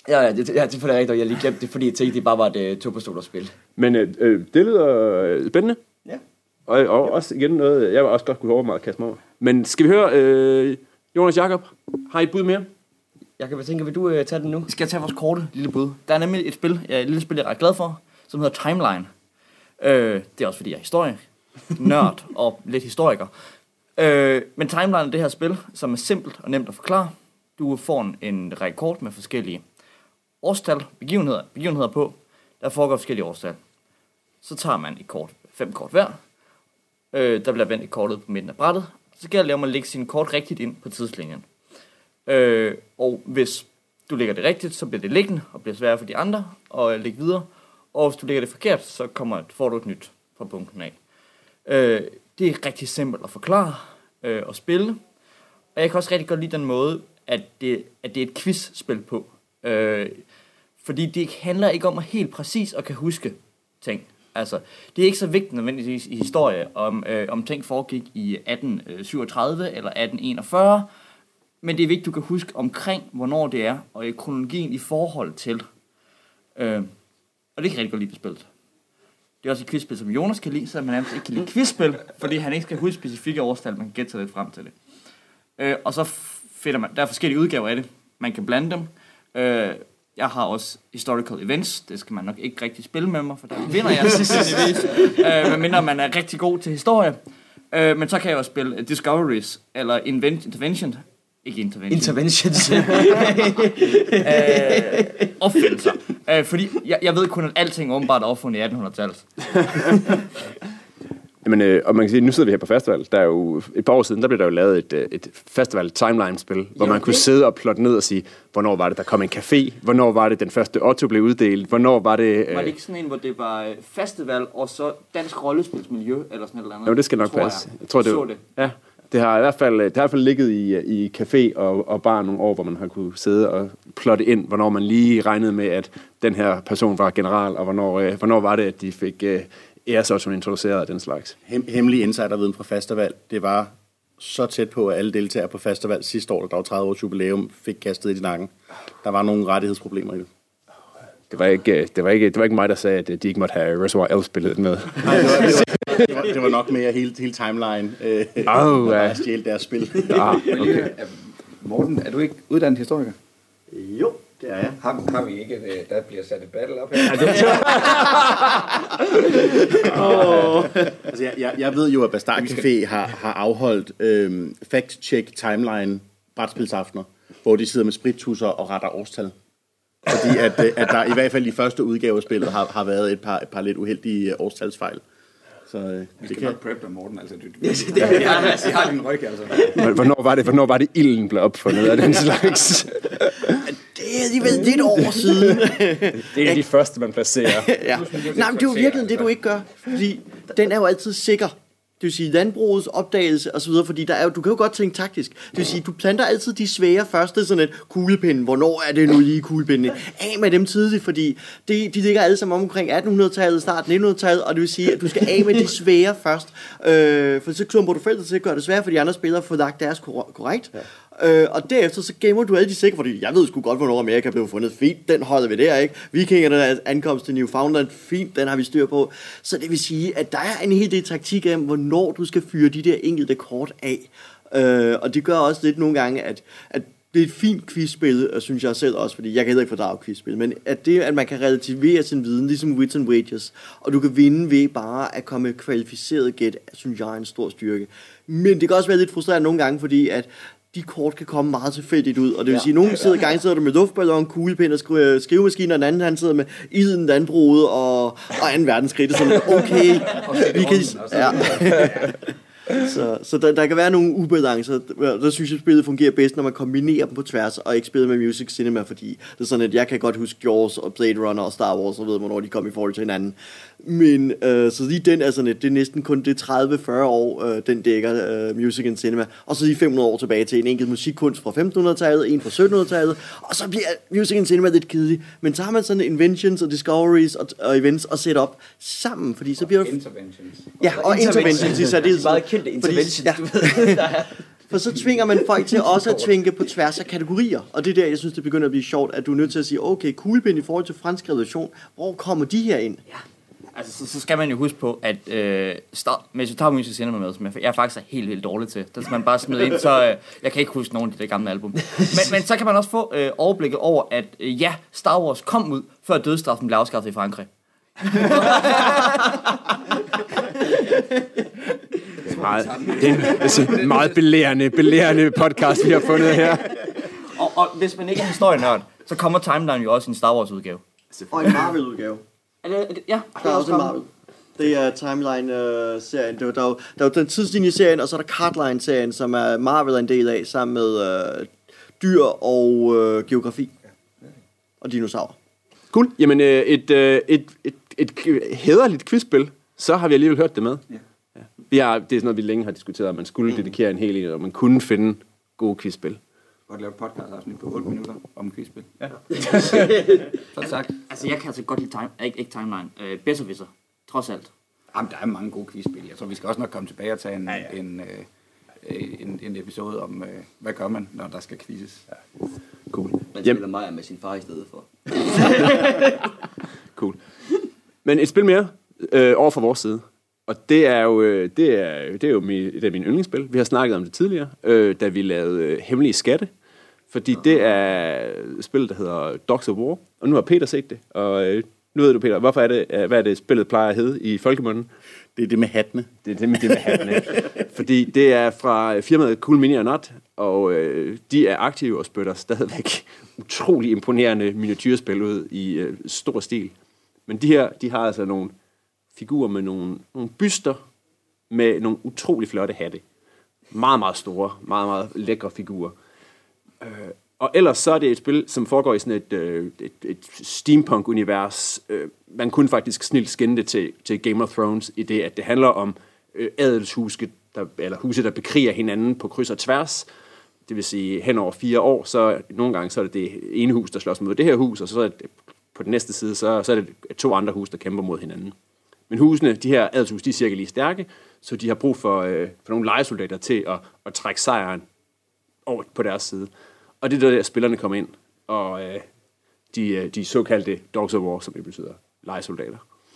Ja, ja, det, ja, det er rigtigt, og jeg lige glemte det, fordi jeg tænkte, det bare var et uh, to-personers spil. Men øh, øh, det lyder spændende. Ja. Og, og også igen noget, jeg var også godt kunne overveje at kaste mig over. Men skal vi høre, øh, Jonas Jakob, har I et bud mere? Jeg kan tænke, vil du uh, tage den nu? Skal jeg tage vores korte lille bud? Der er nemlig et spil, et lille spil, jeg er ret glad for, som hedder Timeline. Øh, det er også fordi, jeg er historie, nørd og lidt historiker. Øh, men Timeline er det her spil, som er simpelt og nemt at forklare. Du får en, en række kort med forskellige årstal, begivenheder, begivenheder på. Der foregår forskellige årstal. Så tager man et kort, fem kort hver. Øh, der bliver vendt et kortet på midten af brættet. Så gælder det om at lægge sine kort rigtigt ind på tidslinjen. Øh, og hvis du lægger det rigtigt, så bliver det liggende og bliver sværere for de andre at lægge videre. Og hvis du lægger det forkert, så kommer, får du et nyt fra punkten af. Øh, det er rigtig simpelt at forklare øh, og spille. Og jeg kan også rigtig godt lide den måde, at det, at det er et quiz-spil på. Øh, fordi det handler ikke om at helt præcis at kan huske ting. Altså, det er ikke så vigtigt nødvendigvis i historie, om, øh, om ting foregik i atten syvogtredive eller atten enogfyrre. Men det er vigtigt, at du kan huske omkring, hvornår det er, og i kronologien i forhold til. Øh, og det kan rigtig godt lide på spillet. Det er også et quizspil, som Jonas kan lide, så man nærmest ikke kan lide quizspil, fordi han ikke skal huske specifikke årstal, man kan gætte sig lidt frem til det. Øh, og så finder man, der er forskellige udgaver af det, man kan blande dem. Øh, jeg har også historical events, det skal man nok ikke rigtig spille med mig, for der vinder jeg sandsynligvis, øh, medmindre man er rigtig god til historie. Øh, men så kan jeg også spille discoveries, eller invent, intervention, ikke intervention. Interventions. øh, opfindelser. Øh, fordi jeg, jeg ved kun, at alting åbenbart er opfundet i attenhundredetallet. Jamen, øh, og man kan sige, nu sidder vi her på festival. Der er jo et par år siden, der blev der jo lavet et, et festival timeline-spil, hvor man kunne sidde og plotte ned og sige, hvornår var det, der kom en café, hvornår var det, den første Otto blev uddelt, hvornår var det... Øh... Var det ikke sådan en, hvor det var festival, og så dansk rollespilsmiljø, eller sådan et eller andet? Jo, det skal nok tror passe. Jeg, jeg tror, det, så det. Ja, det har i hvert fald, det har i hvert fald ligget i, i café og, og bar nogle år, hvor man har kunne sidde og plotte ind, hvornår man lige regnede med, at den her person var general, og hvornår, øh, hvornår var det, at de fik... Øh, æresottoen introduceret af den slags. Hem, hemmelig insiderviden fra Fastervalg, det var så tæt på, at alle deltagere på Fastervalg sidste år, der var tredive års jubilæum, fik kastet i de nakken. Der var nogle rettighedsproblemer i det. Det var ikke, det var ikke, det var ikke mig, der sagde, at de ikke måtte have Reservoir Elves-billedet med. Nej, det, var, det, var, det var nok mere hele, hele timeline, øh, oh, der stjælte deres spil. Ah, okay. Morten, er du ikke uddannet historiker? Jo, det er jeg. Har, har vi ikke, der bliver sat et battle op her? oh. altså, jeg, jeg, jeg ved jo, at Bastard Café har, har afholdt øhm, fact-check timeline brætspilsaftener, hvor de sidder med sprittusser og retter årstal. Fordi at, at der i hvert fald i første udgave af spillet har, har været et par, et par lidt uheldige årstalsfejl. Så øh, vi skal det kan nok prep dig, Morten. Altså, du, du, yes, det, jeg, jeg, jeg har din ryg, altså. Hvornår var det, hvornår var det ilden blev opfundet af den slags? Det er alligevel lidt år siden. Det er de første, man placerer. ja. Nej, men det er jo virkelig det, du ikke gør. Fordi den er jo altid sikker. Det vil sige landbrugets opdagelse og så videre, fordi der er jo, du kan jo godt tænke taktisk. Det vil sige, du planter altid de svære første, sådan et kuglepinden. Hvornår er det nu lige kuglepindene? Af med dem tidligt, fordi de, de ligger alle sammen omkring attenhundredetallet, start nittenhundredetallet, og det vil sige, at du skal af med de svære først. Øh, for så klumper du feltet til at gøre det svært, for de andre spillere får lagt deres korrekt. Ja. Øh, og derefter så gemmer du alle de sikre, fordi jeg ved sgu godt, hvornår Amerika blev fundet. Fint, den holder vi der, ikke? Vikingerne, der ankomst til Newfoundland, fint, den har vi styr på. Så det vil sige, at der er en hel del taktik af, hvornår du skal fyre de der enkelte kort af. Øh, og det gør også lidt nogle gange, at, at det er et fint quizspil, synes jeg selv også, fordi jeg kan heller ikke fordrage quizspil, men at det, at man kan relativere sin viden, ligesom Wits and Wages, og du kan vinde ved bare at komme kvalificeret gæt, synes jeg er en stor styrke. Men det kan også være lidt frustrerende nogle gange, fordi at de kort kan komme meget tilfældigt ud, og det vil ja, sige, at nogen sidder gang sidder der med luftballon, kuglepind og skrive, skrivemaskiner, og den anden han sidder med iden, landbruget og, og anden verdenskrig. Det er sådan, okay, vi kan... Ja. Så, så der, der kan være nogle ubalancer. Der synes jeg, at spillet fungerer bedst, når man kombinerer dem på tværs, og ikke spiller med Music Cinema, fordi det er sådan, at jeg kan godt huske Jaws og Blade Runner og Star Wars, og ved, hvornår de kom i forhold til hinanden. Men øh, så lige den er sådan et, det er næsten kun det tredive til fyrre år, øh, den dækker øh, Music and Cinema, og så lige fem hundrede år tilbage til en enkelt musikkunst fra femtenhundredetallet, en fra syttenhundredetallet, og så bliver Music and Cinema lidt kedelig. Men så har man sådan inventions og discoveries og, og events og setup sammen, fordi så bliver interventions. Ja, og interventions i særdeleshed. Meget kendte interventions, ja. du ved, der er. For så tvinger man folk til også at tænke på tværs af kategorier. Og det er der, jeg synes, det begynder at blive sjovt, at du er nødt til at sige, okay, kuglepind i forhold til fransk revolution, hvor kommer de her ind? Ja. Altså, så, så skal man jo huske på, at øh, start, hvis vi tager musisk cinema med, som jeg, jeg faktisk er helt vildt dårlig til, der skal man bare smide ind, så øh, jeg kan ikke huske nogen af de der gamle album. Men, men så kan man også få øh, overblikket over, at øh, ja, Star Wars kom ud, før dødsstraffen blev afskaffet i Frankrig. Det er meget, det er en meget belærende, belærende podcast, vi har fundet her. Og, og hvis man ikke er historienørd, så kommer Timeline jo også i en Star Wars udgave. Og en Marvel-udgave. Er det, er det, ja, Der er også en Marvel. Det er Timeline-serien. Uh, der, der, der er jo den tidslinje-serien, og så er der Cardline-serien, som er Marvel er en del af, sammen med uh, dyr og uh, geografi. Og dinosaurer. Cool. Jamen, øh, et, øh, et, et, et, et hæderligt quizspil, så har vi alligevel hørt det med. Ja. Ja. Vi har, det er sådan noget, vi længe har diskuteret, at man skulle mm. dedikere en hel en, og man kunne finde gode quizspil. Godt lave et podcast-afsnit på otte minutter om quizspil. Ja. Så sagt. Altså, jeg kan altså godt lide time, ikke, ikke Timeline. Øh, Besserwisser, trods alt. Jamen, der er mange gode quizspil. Jeg tror, vi skal også nok komme tilbage og tage en, ja, ja. en, øh, en, en episode om, øh, hvad gør man, når der skal quizzes. Ja. Cool. Man spiller Maja med sin far i stedet for. Cool. Men et spil mere øh, over fra vores side. Og det er jo, øh, det er, det er jo min, det er min yndlingsspil. Vi har snakket om det tidligere, øh, da vi lavede øh, Hemmelige Skatte. Fordi det er et spil, der hedder Dogs of War. Og nu har Peter set det. Og øh, nu ved du, Peter, hvorfor er det, hvad er det, spillet plejer at hedde i folkemunden? Det er det med hattene. Det er det med, det med hattene. Fordi det er fra firmaet Cool Mini or Not, og øh, de er aktive og spytter stadigvæk utrolig imponerende miniatyrspil ud i øh, stor stil. Men de her, de har altså nogle figurer med nogle, nogle byster med nogle utrolig flotte hatte. Meget, meget store, meget, meget lækre figurer. Øh, og ellers så er det et spil, som foregår i sådan et, øh, et, et steampunk-univers. Øh, man kunne faktisk snilt skænde det til, til Game of Thrones i det, at det handler om øh, adelshuse, der, eller huse, der bekriger hinanden på kryds og tværs. Det vil sige, hen over fire år, så nogle gange så er det det ene hus, der slås mod det her hus, og så er det på den næste side, så, så er det to andre hus, der kæmper mod hinanden. Men husene, de her adelshuse, de er cirka lige stærke, så de har brug for, øh, for nogle lejesoldater til at, at trække sejren over på deres side. Og det er der, der spillerne kommer ind, og øh, de, de såkaldte Dogs of War, som det betyder, lejesoldater.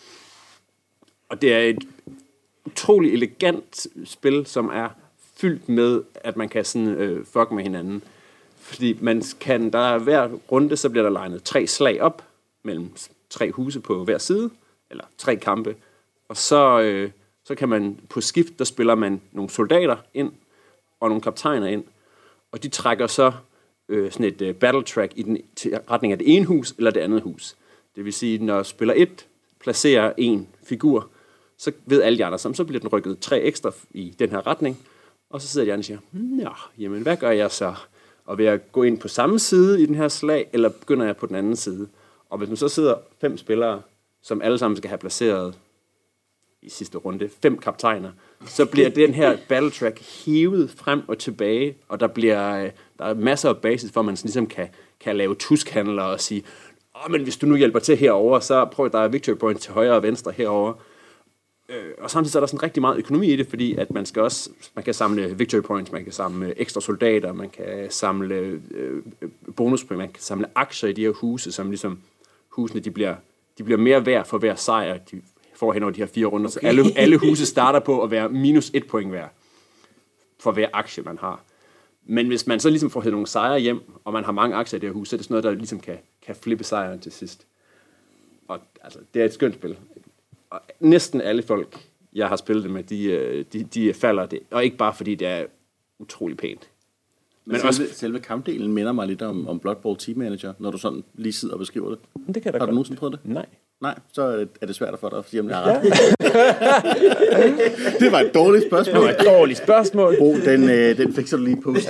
Og det er et utrolig elegant spil, som er fyldt med, at man kan sådan øh, fuck med hinanden. Fordi man kan, der er hver runde, så bliver der legnet tre slag op, mellem tre huse på hver side, eller tre kampe. Og så, øh, så kan man på skift, der spiller man nogle soldater ind, og nogle kaptajner ind, og de trækker så øh, sådan et øh, battle track i den til retning af det ene hus, eller det andet hus. Det vil sige, når spiller et placerer en figur, så ved alle de andre, så bliver den rykket tre ekstra i den her retning, og så sidder de andre og siger, ja, jamen hvad gør jeg så? Og vil jeg gå ind på samme side i den her slag, eller begynder jeg på den anden side? Og hvis man så sidder fem spillere, som alle sammen skal have placeret i sidste runde, fem kaptajner, så bliver den her battle track hævet frem og tilbage, og der bliver der er masser af basis for, at man ligesom kan, kan lave tuskhandler og sige, åh, men hvis du nu hjælper til herover, så prøv, der er victory point til højre og venstre herover. Og samtidig så er der sådan rigtig meget økonomi i det, fordi at man skal også, man kan samle victory points, man kan samle ekstra soldater, man kan samle øh, bonuspoint, man kan samle aktier i de her huse, som ligesom husene, de bliver, de bliver mere værd for hver sejr, de får hen over de her fire runder. Okay. Så alle, alle huse starter på at være minus et point hver for hver aktie, man har. Men hvis man så ligesom får hævet nogle sejre hjem, og man har mange aktier i det her hus, så er det sådan noget, der ligesom kan, kan flippe sejren til sidst. Og altså, det er et skønt spil. Og næsten alle folk, jeg har spillet det med, de, de, de falder det. Og ikke bare fordi det er utrolig pænt. Men, Men selve, også selve kampdelen minder mig lidt om, om Blood Bowl Team Manager, når du sådan lige sidder og beskriver det. Det kan da har du nogensinde prøvet det? Nej. Nej, så er det, er det svært at få dig at sige, om jeg har ret. Det var et dårligt spørgsmål. Det var et dårligt spørgsmål. Bo, den, øh, den fik så du lige post.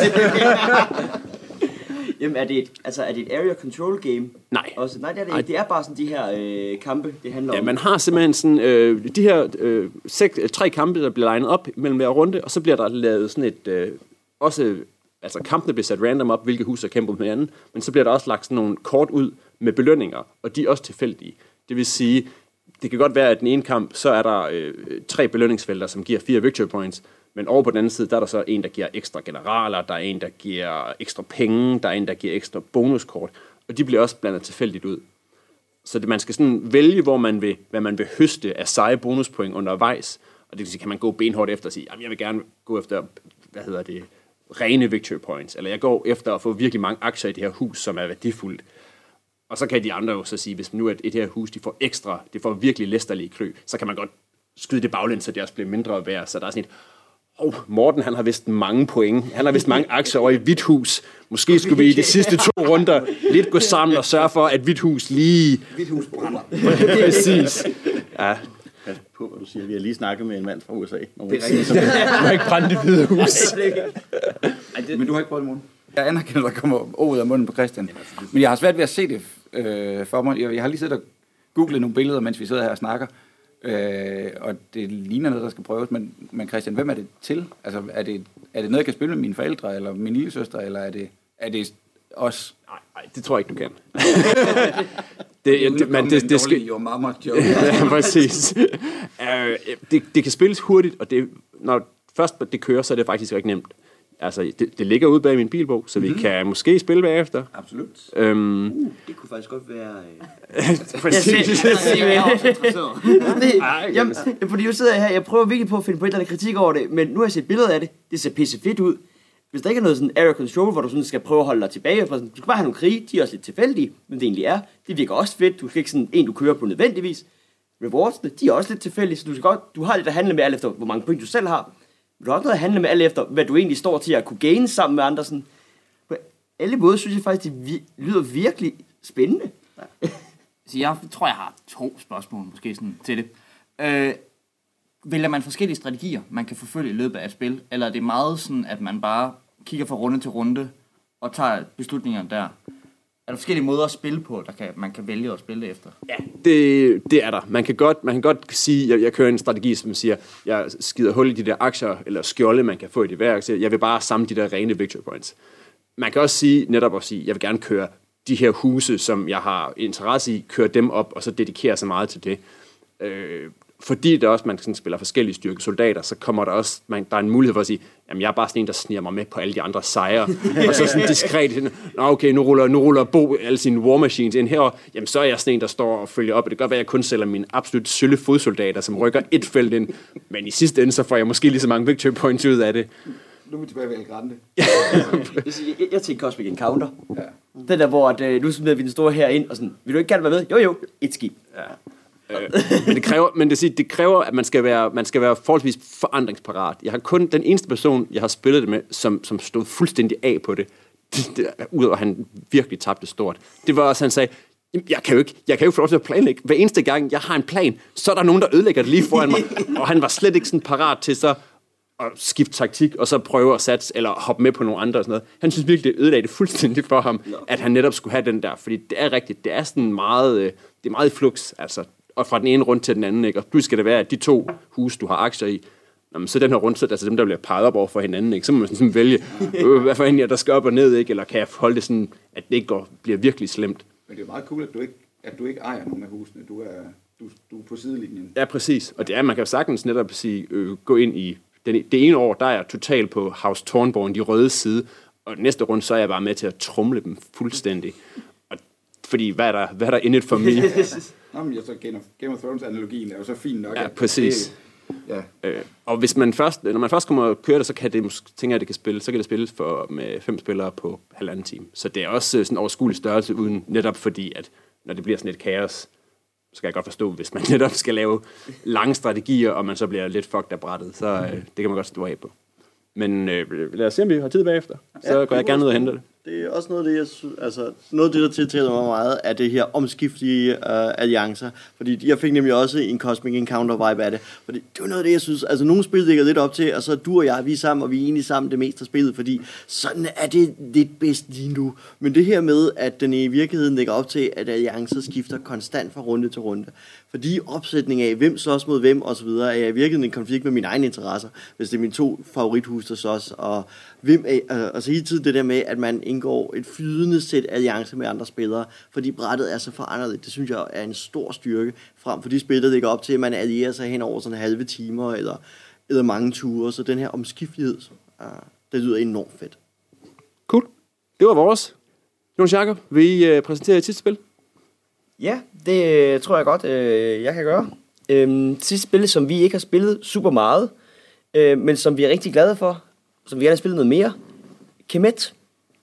Jamen, er det et, altså, er det et area control game? Nej. Også? Nej, det er det ikke. Det er bare sådan de her øh, kampe, det handler ja, om. man har simpelthen sådan, øh, de her øh, seks, tre kampe, der bliver legnet op mellem hver runde, og så bliver der lavet sådan et, øh, også, altså kampene bliver sat random op, hvilke hus der kæmper med hinanden, men så bliver der også lagt sådan nogle kort ud med belønninger, og de er også tilfældige. Det vil sige, det kan godt være, at den ene kamp, så er der øh, tre belønningsfelter, som giver fire victory points, Men over på den anden side, der er der så en, der giver ekstra generaler, der er en, der giver ekstra penge, der er en, der giver ekstra bonuskort, og de bliver også blandet tilfældigt ud. Så det, man skal sådan vælge, hvor man vil, hvad man vil høste af seje bonuspoint undervejs, og det vil sige, kan man gå benhårdt efter og sige, jamen jeg vil gerne gå efter, hvad hedder det, rene victory points, eller jeg går efter at få virkelig mange aktier i det her hus, som er værdifuldt. Og så kan de andre jo så sige, hvis nu er et her hus, de får ekstra, det får virkelig læsterlige klø, så kan man godt skyde det baglæns, så det også bliver mindre værd. Så der er sådan et, oh, Morten han har vist mange point, han har vist mange aktier over i Hvidt Hus. Måske skulle vi i de sidste to runder lidt gå sammen og sørge for, at Hvidt Hus lige... Hvidt Hus brænder. Præcis. Ja. Pas på, hvad du siger. Vi har lige snakket med en mand fra U S A. Det er rigtigt. Du har ikke brændt det Hvide Hus. Men du har ikke prøvet det, Morten? Jeg anerkender, at der kommer ordet af munden på Christian. Men jeg har svært ved at se det øh, for mig. Jeg, jeg har lige siddet og googlet nogle billeder, mens vi sidder her og snakker. Øh, og det ligner noget, der skal prøves. Men, men Christian, hvem er det til? Altså, er det, er det noget, jeg kan spille med mine forældre, eller min lille søster, eller er det, er det os? Nej, nej, det tror jeg ikke, du kan. det, ja, det, man, det, det skal... Your mama joke. Ja, præcis. uh, det, det kan spilles hurtigt, og det, når først det kører, så er det faktisk ikke nemt. Altså, det, det ligger ude bag min bilbog, så mm-hmm. vi kan måske spille bagefter. Absolut. Øhm, uh, det kunne faktisk godt være... præcis. Jamen, fordi nu sidder jeg her, jeg prøver virkelig på at finde på et eller andet kritik over det, men nu har jeg set billeder af det, det ser pisse fedt ud. Hvis der ikke er noget sådan area control, hvor du sådan skal prøve at holde dig tilbage, du skal bare have nogle krige, de er også lidt tilfældige, men det egentlig er. Det virker også fedt, du skal ikke sådan en, du kører på nødvendigvis. Rewardsene, de er også lidt tilfældige, så du, skal godt, du har lidt at handle med alt efter, hvor mange point du selv har. Men du har også noget at handle med alt efter, hvad du egentlig står til at kunne gaine sammen med andre. Sådan. På alle måder synes jeg faktisk, det vi- lyder virkelig spændende. Så jeg tror, jeg har to spørgsmål måske sådan til det. Øh, vælger man forskellige strategier, man kan forfølge i løbet af et spil, eller er det meget sådan, at man bare kigger fra runde til runde og tager beslutninger der? Er der forskellige måder at spille på, der kan, man kan vælge at spille efter? Ja, det, det er der. Man kan godt, man kan godt sige, at jeg, jeg kører en strategi, som siger, jeg skider hul i de der aktier, eller skjolde, man kan få i de hver aktier. Jeg vil bare samle de der rene victory points. Man kan også sige, netop at sige, jeg vil gerne køre de her huse, som jeg har interesse i, køre dem op, og så dedikere sig meget til det. Øh, fordi der også, man sådan spiller forskellige styrke soldater, så kommer der også, man, der er en mulighed for at sige, jamen jeg er bare sådan en, der sniger mig med på alle de andre sejre. Og så sådan diskret, nå okay, nu ruller, nu ruller Bo alle sine war machines ind her, jamen så er jeg sådan en, der står og følger op, og det kan godt være, at jeg kun sælger mine absolut sølle fodsoldater, som rykker et felt ind, men i sidste ende, så får jeg måske lige så mange victory points ud af det. Nu er vi tilbage ved El Grande. jeg, jeg, jeg tænker Cosmic Encounter. Ja. Den der, hvor at, øh, nu smider vi den store her ind, og sådan, vil du ikke gerne være med? Jo jo, et skib. Ja. øh, men det kræver, men det, det kræver, at man skal være, man skal være forholdsvis forandringsparat. Jeg har kun den eneste person, jeg har spillet det med, som, som stod fuldstændig af på det, det, det udover at han virkelig tabte stort. Det var også, han sagde, jeg kan jo ikke, jeg kan jo ikke få lov til at planlægge. Hver eneste gang, jeg har en plan, så er der nogen, der ødelægger det lige foran mig. Og han var slet ikke sådan parat til så at skifte taktik, og så prøve at satse, eller hoppe med på nogle andre og sådan noget. Han synes virkelig, det ødelagde det fuldstændig for ham, at han netop skulle have den der. Fordi det er rigtigt, det er sådan meget, det er meget i flux, altså. Og fra den ene rundt til den anden, ikke? Og pludselig skal det være, at de to huse, du har aktier i, jamen, så den her rundt, så altså dem, der bliver peget op over for hinanden, ikke? Så må man sådan vælge, øh, hvad for en, der skal op og ned, ikke? Eller kan jeg holde det sådan, at det ikke går, bliver virkelig slemt. Men det er meget cool, at du ikke, at du ikke ejer nogen af husene. Du er, du, du er på sidelinjen. Ja, præcis. Og det er, man kan jo sagtens netop sige, øh, gå ind i den, det ene år, der er jeg totalt på House Thornborn, de røde side, og næste runde, så er jeg bare med til at tromle dem fuldstændig. Og, fordi, hvad er der, hvad er der in it for me? Nå, men jeg så Game of, Game of Thrones-analogien er jo så fin nok. Ja, præcis. Det, ja. Øh, og hvis man først, når man først kommer og kører det, så kan det, måske, tænker jeg, det kan spille, så kan det spilles for, med fem spillere på halvanden time. Så det er også sådan en overskuelig størrelse, uden netop fordi, at når det bliver sådan et kaos, så kan jeg godt forstå, hvis man netop skal lave lange strategier, og man så bliver lidt fucked af brættet, så øh, det kan man godt stå af på. Men øh, lad os se, om vi har tid bagefter. Så ja, går jeg gerne ud og henter det. Det er også noget af det, jeg synes, altså, noget af det, der tiltaler mig meget, er det her omskiftige øh, alliancer. Fordi jeg fik nemlig også en Cosmic Encounter vibe af det. Fordi det er noget af det, jeg synes, altså nogle spil ligger lidt op til, og så du og jeg, vi er sammen, og vi er egentlig sammen det meste af spillet, fordi sådan er det lidt bedst lige nu. Men det her med, at den i virkeligheden ligger op til, at alliancer skifter konstant fra runde til runde. Fordi opsætning af, hvem slås mod hvem osv., er jeg i virkeligheden en konflikt med mine egne interesser, hvis det er mine to favorithus, der slås, og hvem er, altså hele tiden det der med, at man indgår et flydende sæt alliancer med andre spillere, fordi brættet er så forandret. Det synes jeg er en stor styrke, frem for de spil, der ligger op til, at man allierer sig hen over sådan halve timer, eller eller mange ture, så den her omskiftelighed, uh, det lyder enormt fedt. Cool. Det var vores. Jonas Jakob, vil I uh, præsentere et sidste spil? Ja, det tror jeg godt, øh, jeg kan gøre. Øhm, sidste spil, som vi ikke har spillet super meget, øh, men som vi er rigtig glade for, som vi gerne har spillet noget mere. Kemet.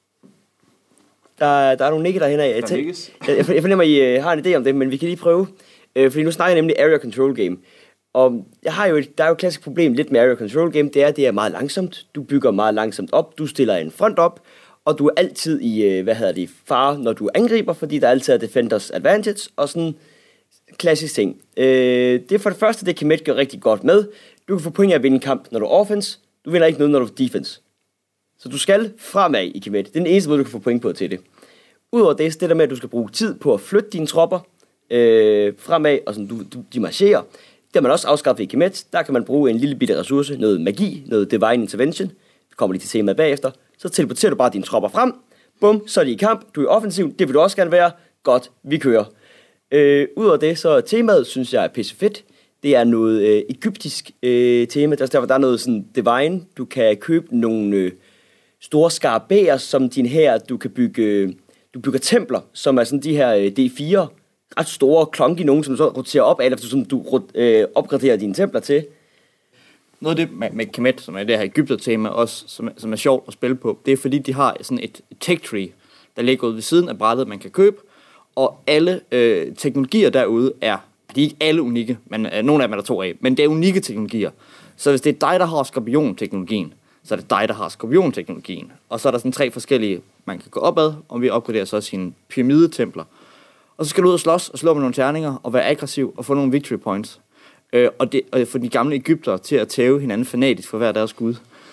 Der, der er nogle nikke derhen af. Jeg, jeg, jeg, jeg fornemmer, I uh, har en idé om det, men vi kan lige prøve. Øh, fordi nu snakker jeg nemlig Area Control Game. Og jeg har jo et, der er jo et klassisk problem lidt med Area Control Game, det er, at det er meget langsomt. Du bygger meget langsomt op, du stiller en front op, og du er altid i, hvad hedder det, fare, når du angriber, fordi der altid er defenders advantage, og sådan klassisk ting. Øh, det er for det første, det Kemet gør rigtig godt med. Du kan få point af at vinde en kamp, når du er offense. Du vinder ikke noget, når du er defense. Så du skal fremad i Kemet. Det er den eneste måde, du kan få point på til det. Udover det, så det der med, at du skal bruge tid på at flytte dine tropper øh, fremad, og sådan, du, du, de marcherer. Det har man også afskaffet i Kemet. Der kan man bruge en lille bitte ressource, noget magi, noget divine intervention. Det kommer lige til temaet bagefter. Så teleporterer du bare dine tropper frem. Bum, så er de i kamp. Du er offensiv. Det vil du også gerne være. Godt, vi kører. Øh, Udover det, så temaet, synes jeg er pisse fedt. Det er noget øh, egyptisk øh, tema. Der, der er noget sådan divine. Du kan købe nogle øh, store skarabæer, som din her, du kan bygge... Øh, du bygger templer, som er sådan de her øh, D fire, ret store, klonky nogen, som du så roterer op af, eller som du øh, opgraderer dine templer til. Noget af det med, med Kemet, som er det her Egypter-tema, også, som, som er sjovt at spille på, det er fordi, de har sådan et tech tree, der ligger ude ved siden af brættet, man kan købe, og alle øh, teknologier derude er, de er ikke alle unikke, men øh, nogle af dem er der to af, men det er unikke teknologier. Så hvis det er dig, der har skorpion-teknologien, så er det dig, der har skorpion-teknologien. Og så er der sådan tre forskellige, man kan gå opad, og vi opgraderer så sine pyramidetempler. Og så skal du ud og slås og slå med nogle terninger, og være aggressiv og få nogle victory points. Øh, og, det, og få de gamle egyptere til at tæve hinanden fanatisk for hver deres gud.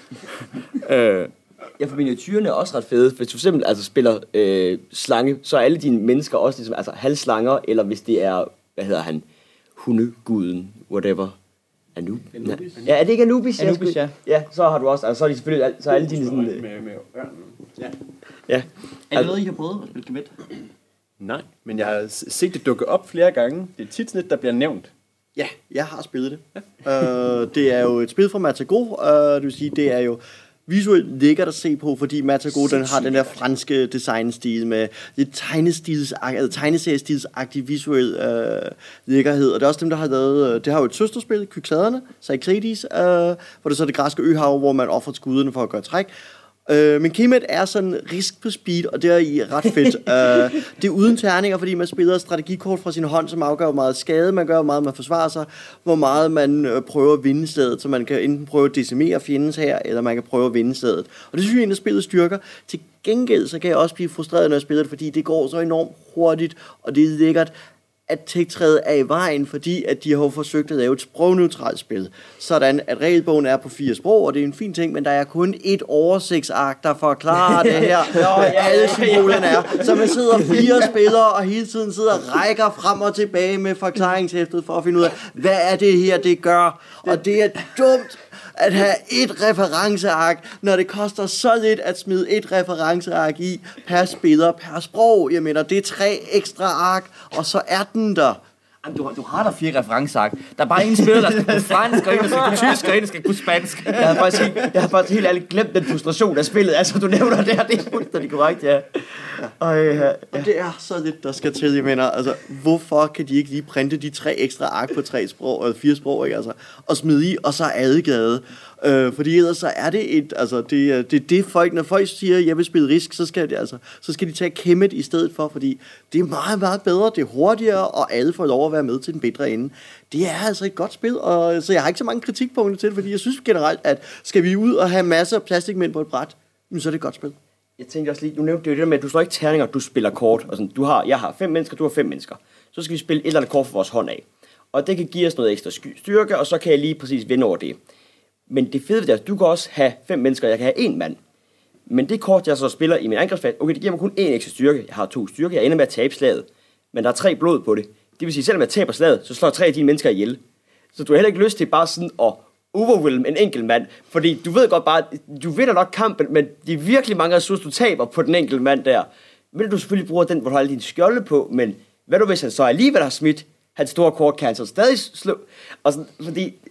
øh, Ja, for miniatyrerne er også ret fede. Hvis du simpelthen altså, spiller øh, slange, så er alle dine mennesker også ligesom, altså, halvslanger, eller hvis det er, hvad hedder han, hundeguden, whatever. Anub? Anubis? Ja, er det ikke Anubis? Anubis, ja. Ja, så har du også, altså så er de selvfølgelig, så er alle dine sådan... Med, med ja. Ja. Er det noget, I har prøvet at spille Kemet? Nej, men jeg har set det dukke op flere gange. Det er tit sådan et, der bliver nævnt. Ja, jeg har spillet det. Ja. uh, det er jo et spil fra Matago, uh, det vil sige, det er jo visuelt lækkert at se på, fordi Matago, den har den der franske designstil med lidt tegnestils, altså tegneseriestils-agtig visuel uh, lækkerhed, og det er også dem, der har lavet, uh, det har jo et søsterspil, Kykladerne, Cyclades, uh, hvor det så er det græske øhav, hvor man offrer skuderne for at gøre træk. Øh, men Kemet er sådan risk på speed, og det er i ret fedt. øh, det er uden terninger, fordi man spiller strategikort fra sin hånd, som afgør, hvor meget skade man gør, hvor meget man forsvarer sig, hvor meget man øh, prøver at vinde stedet, så man kan enten prøve at decimere fjendens her, eller man kan prøve at vinde stedet. Og det synes jeg egentlig, at spillet styrker. Til gengæld, så kan jeg også blive frustreret, når jeg spiller det, fordi det går så enormt hurtigt, og det er lækkert, at tech-træet er i vejen, fordi at de har forsøgt at lave et sprogneutralt spil. Sådan, at regelbogen er på fire sprog, og det er en fin ting, men der er kun et oversigtsark, der forklarer det her, og alle symbolerne er. Så man sidder fire spillere, og hele tiden sidder og rækker frem og tilbage med forklaringshæftet, for at finde ud af, hvad er det her, det gør. Og det er dumt at have et referenceark, når det koster så lidt at smide et referenceark i per spiller, per sprog. Jeg mener, det er tre ekstra ark, og så er den der. Jamen, du, har, du har der fire referenceark. Der er bare en spiller, der skal kunne fransk, og en, der skal kunne tysk, og en, der skal kunne spansk. Jeg har faktisk, jeg har faktisk helt ærligt glemt den frustration af spillet. Altså, du nævner det her, det er fuldstændig korrekt, ja. Og, ja, ja. og det er så lidt, der skal til, jeg mener, altså, hvorfor kan de ikke lige printe de tre ekstra ark på tre sprog, eller fire sprog, ikke, altså, og smide i, og så er alle glade. Øh, fordi ellers så er det et, altså, det, det, det folk, når folk siger, jeg vil spille Risk, så skal, det, altså, så skal de tage Kemet i stedet for, fordi det er meget, meget bedre, det er hurtigere, og alle får lov at være med til den bedre ende. Det er altså et godt spil, og så jeg har ikke så mange kritikpunkter til det, fordi jeg synes generelt, at skal vi ud og have masser af plastikmænd på et bræt, så er det et godt spil. Jeg tænker også lige, nu nævnte det jo det der med, at du slår ikke terninger, du spiller kort. Og sådan, du har, jeg har fem mennesker, du har fem mennesker. Så skal vi spille et eller andet kort for vores hånd af. Og det kan give os noget ekstra styrke, og så kan jeg lige præcis vinde over det. Men det fede ved det er, at du kan også have fem mennesker, og jeg kan have en mand. Men det kort, jeg så spiller i min angrebsfase, okay, det giver mig kun én ekstra styrke. Jeg har to styrke, jeg ender med at tabe slaget. Men der er tre blod på det. Det vil sige, selvom jeg taber slaget, så slår tre af dine mennesker ihjel. Så du har heller ikke lyst til bare sådan at overwhelm en enkelt mand. Fordi du ved godt bare, du vinder nok kampen, men det er virkelig mange ressourcer, du taber på den enkelte mand der. Men du selvfølgelig bruger den, hvor du har alle dine skjolde på, men hvad du hvis han så alligevel har smidt hans store kort, kan han så stadig slå. Og sådan, fordi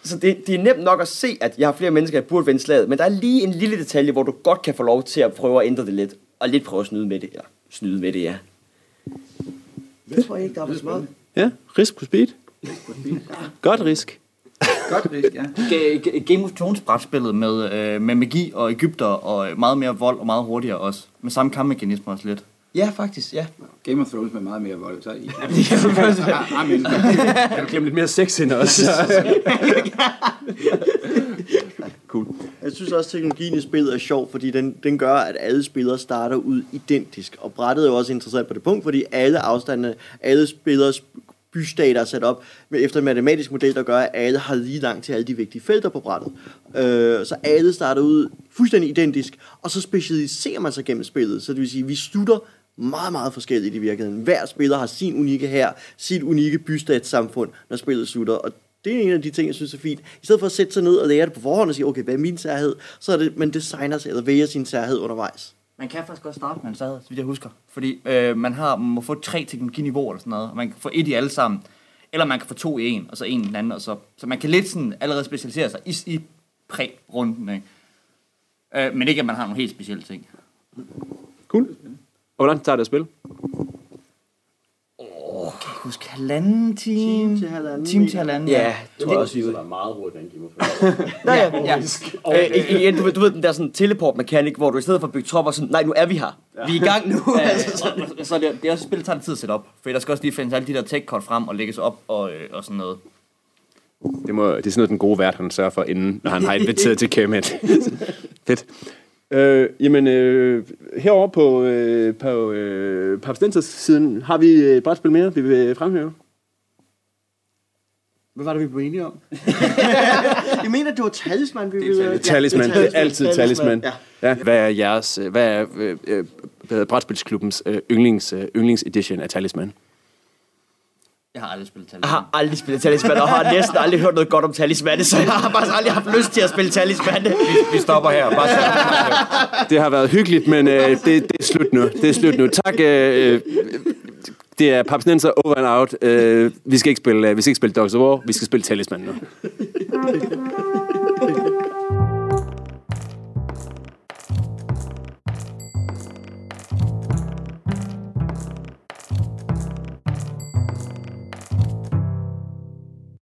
så det, det er nemt nok at se, at jeg har flere mennesker, der burde vinde slaget, men der er lige en lille detalje, hvor du godt kan få lov til at prøve at ændre det lidt, og lidt prøve at snyde med det, ja. Snyde med det, ja. Jeg tror ikke, der er for smart. Ja, risk på speed. Godt risk. Godt risk, ja. Ga- Game of Thrones brætspillet med, øh, med magi og egypter og meget mere vold og meget hurtigere også. Med samme kampmekanismer også lidt. Ja, faktisk, ja. Game of Thrones med meget mere vold, så i. Amen. Kan du glemme lidt mere sex ind også? Cool. Jeg synes også, at teknologien i spillet er sjov, fordi den, den gør, at alle spillere starter ud identisk. Og brættet er jo også interessant på det punkt, fordi alle afstandene, alle spillers bystater er sat op med efter en matematisk model, der gør, at alle har lige langt til alle de vigtige felter på brættet. Øh, så alle starter ud fuldstændig identisk, og så specialiserer man sig gennem spillet. Så det vil sige, at vi slutter meget, meget forskelligt i virkeligheden. Hver spiller har sin unikke hær, sit unikke bystatssamfund, når spillet slutter, og det er en af de ting, jeg synes er fint. I stedet for at sætte sig ned og lære det på forhånd og sige, okay, hvad er min særhed? Så er det, man designer sig eller vælger sin særhed undervejs. Man kan faktisk godt starte med en særhed, så vidt jeg husker. Fordi øh, man, har, man må få tre teknologiniveauer eller sådan noget, og man kan få et i alle sammen. Eller man kan få to i en, og så en i den anden. Og så, så man kan lidt sådan allerede specialisere sig i, i præ-runden. Ikke? Øh, men ikke, at man har nogle helt specielle ting. Cool. Og hvor langt tager det at spille? Åh, kan jeg huske halvanden time? Time til halvanden. Time til halvanden, Ja, det tror jeg også, vi Så vil. der er meget hurtigt, en Game of Thrones. Nej, ja, ja. Øh, igen, du, ved, du ved den der sådan teleport-mekanik, hvor du i stedet for at bygge tropper sådan, nej, nu er vi her. Ja. Vi er i gang nu. altså, så, så det, det er også spillet, tager det tid at sætte op. For der skal også lige findes alle de der tech-kort frem og lægges op og, øh, og sådan noget. Det, må, det er sådan noget, den gode vært, han sørger for inden, når han har inviteret til Kemet. Fedt. Øh, jamen, øh, herovre på, øh, på øh, Papstensers siden har vi et brætspil mere, vi vil fremhæve. Hvad var det, vi blev enige om? Jeg mener, det var talisman, vi ville... Talisman, det er altid talisman. Ja. Ja. Hvad er jeres, hvad er øh, øh, hvad er brætspilsklubbens øh, yndlings, øh, yndlingsedition af Talisman? Jeg har aldrig spillet Jeg talisman. har aldrig spillet talisman, og har næsten aldrig hørt noget godt om talisman, så jeg har faktisk aldrig haft lyst til at spille talisman. Vi, vi stopper her. Bare så. Det har været hyggeligt, men øh, det, det er slut nu. Det er slut nu. Tak. Øh, det er Papsnenser over and out. Øh, vi skal ikke spille, vi skal ikke spille Dogs of War. Vi skal spille Talisman nu.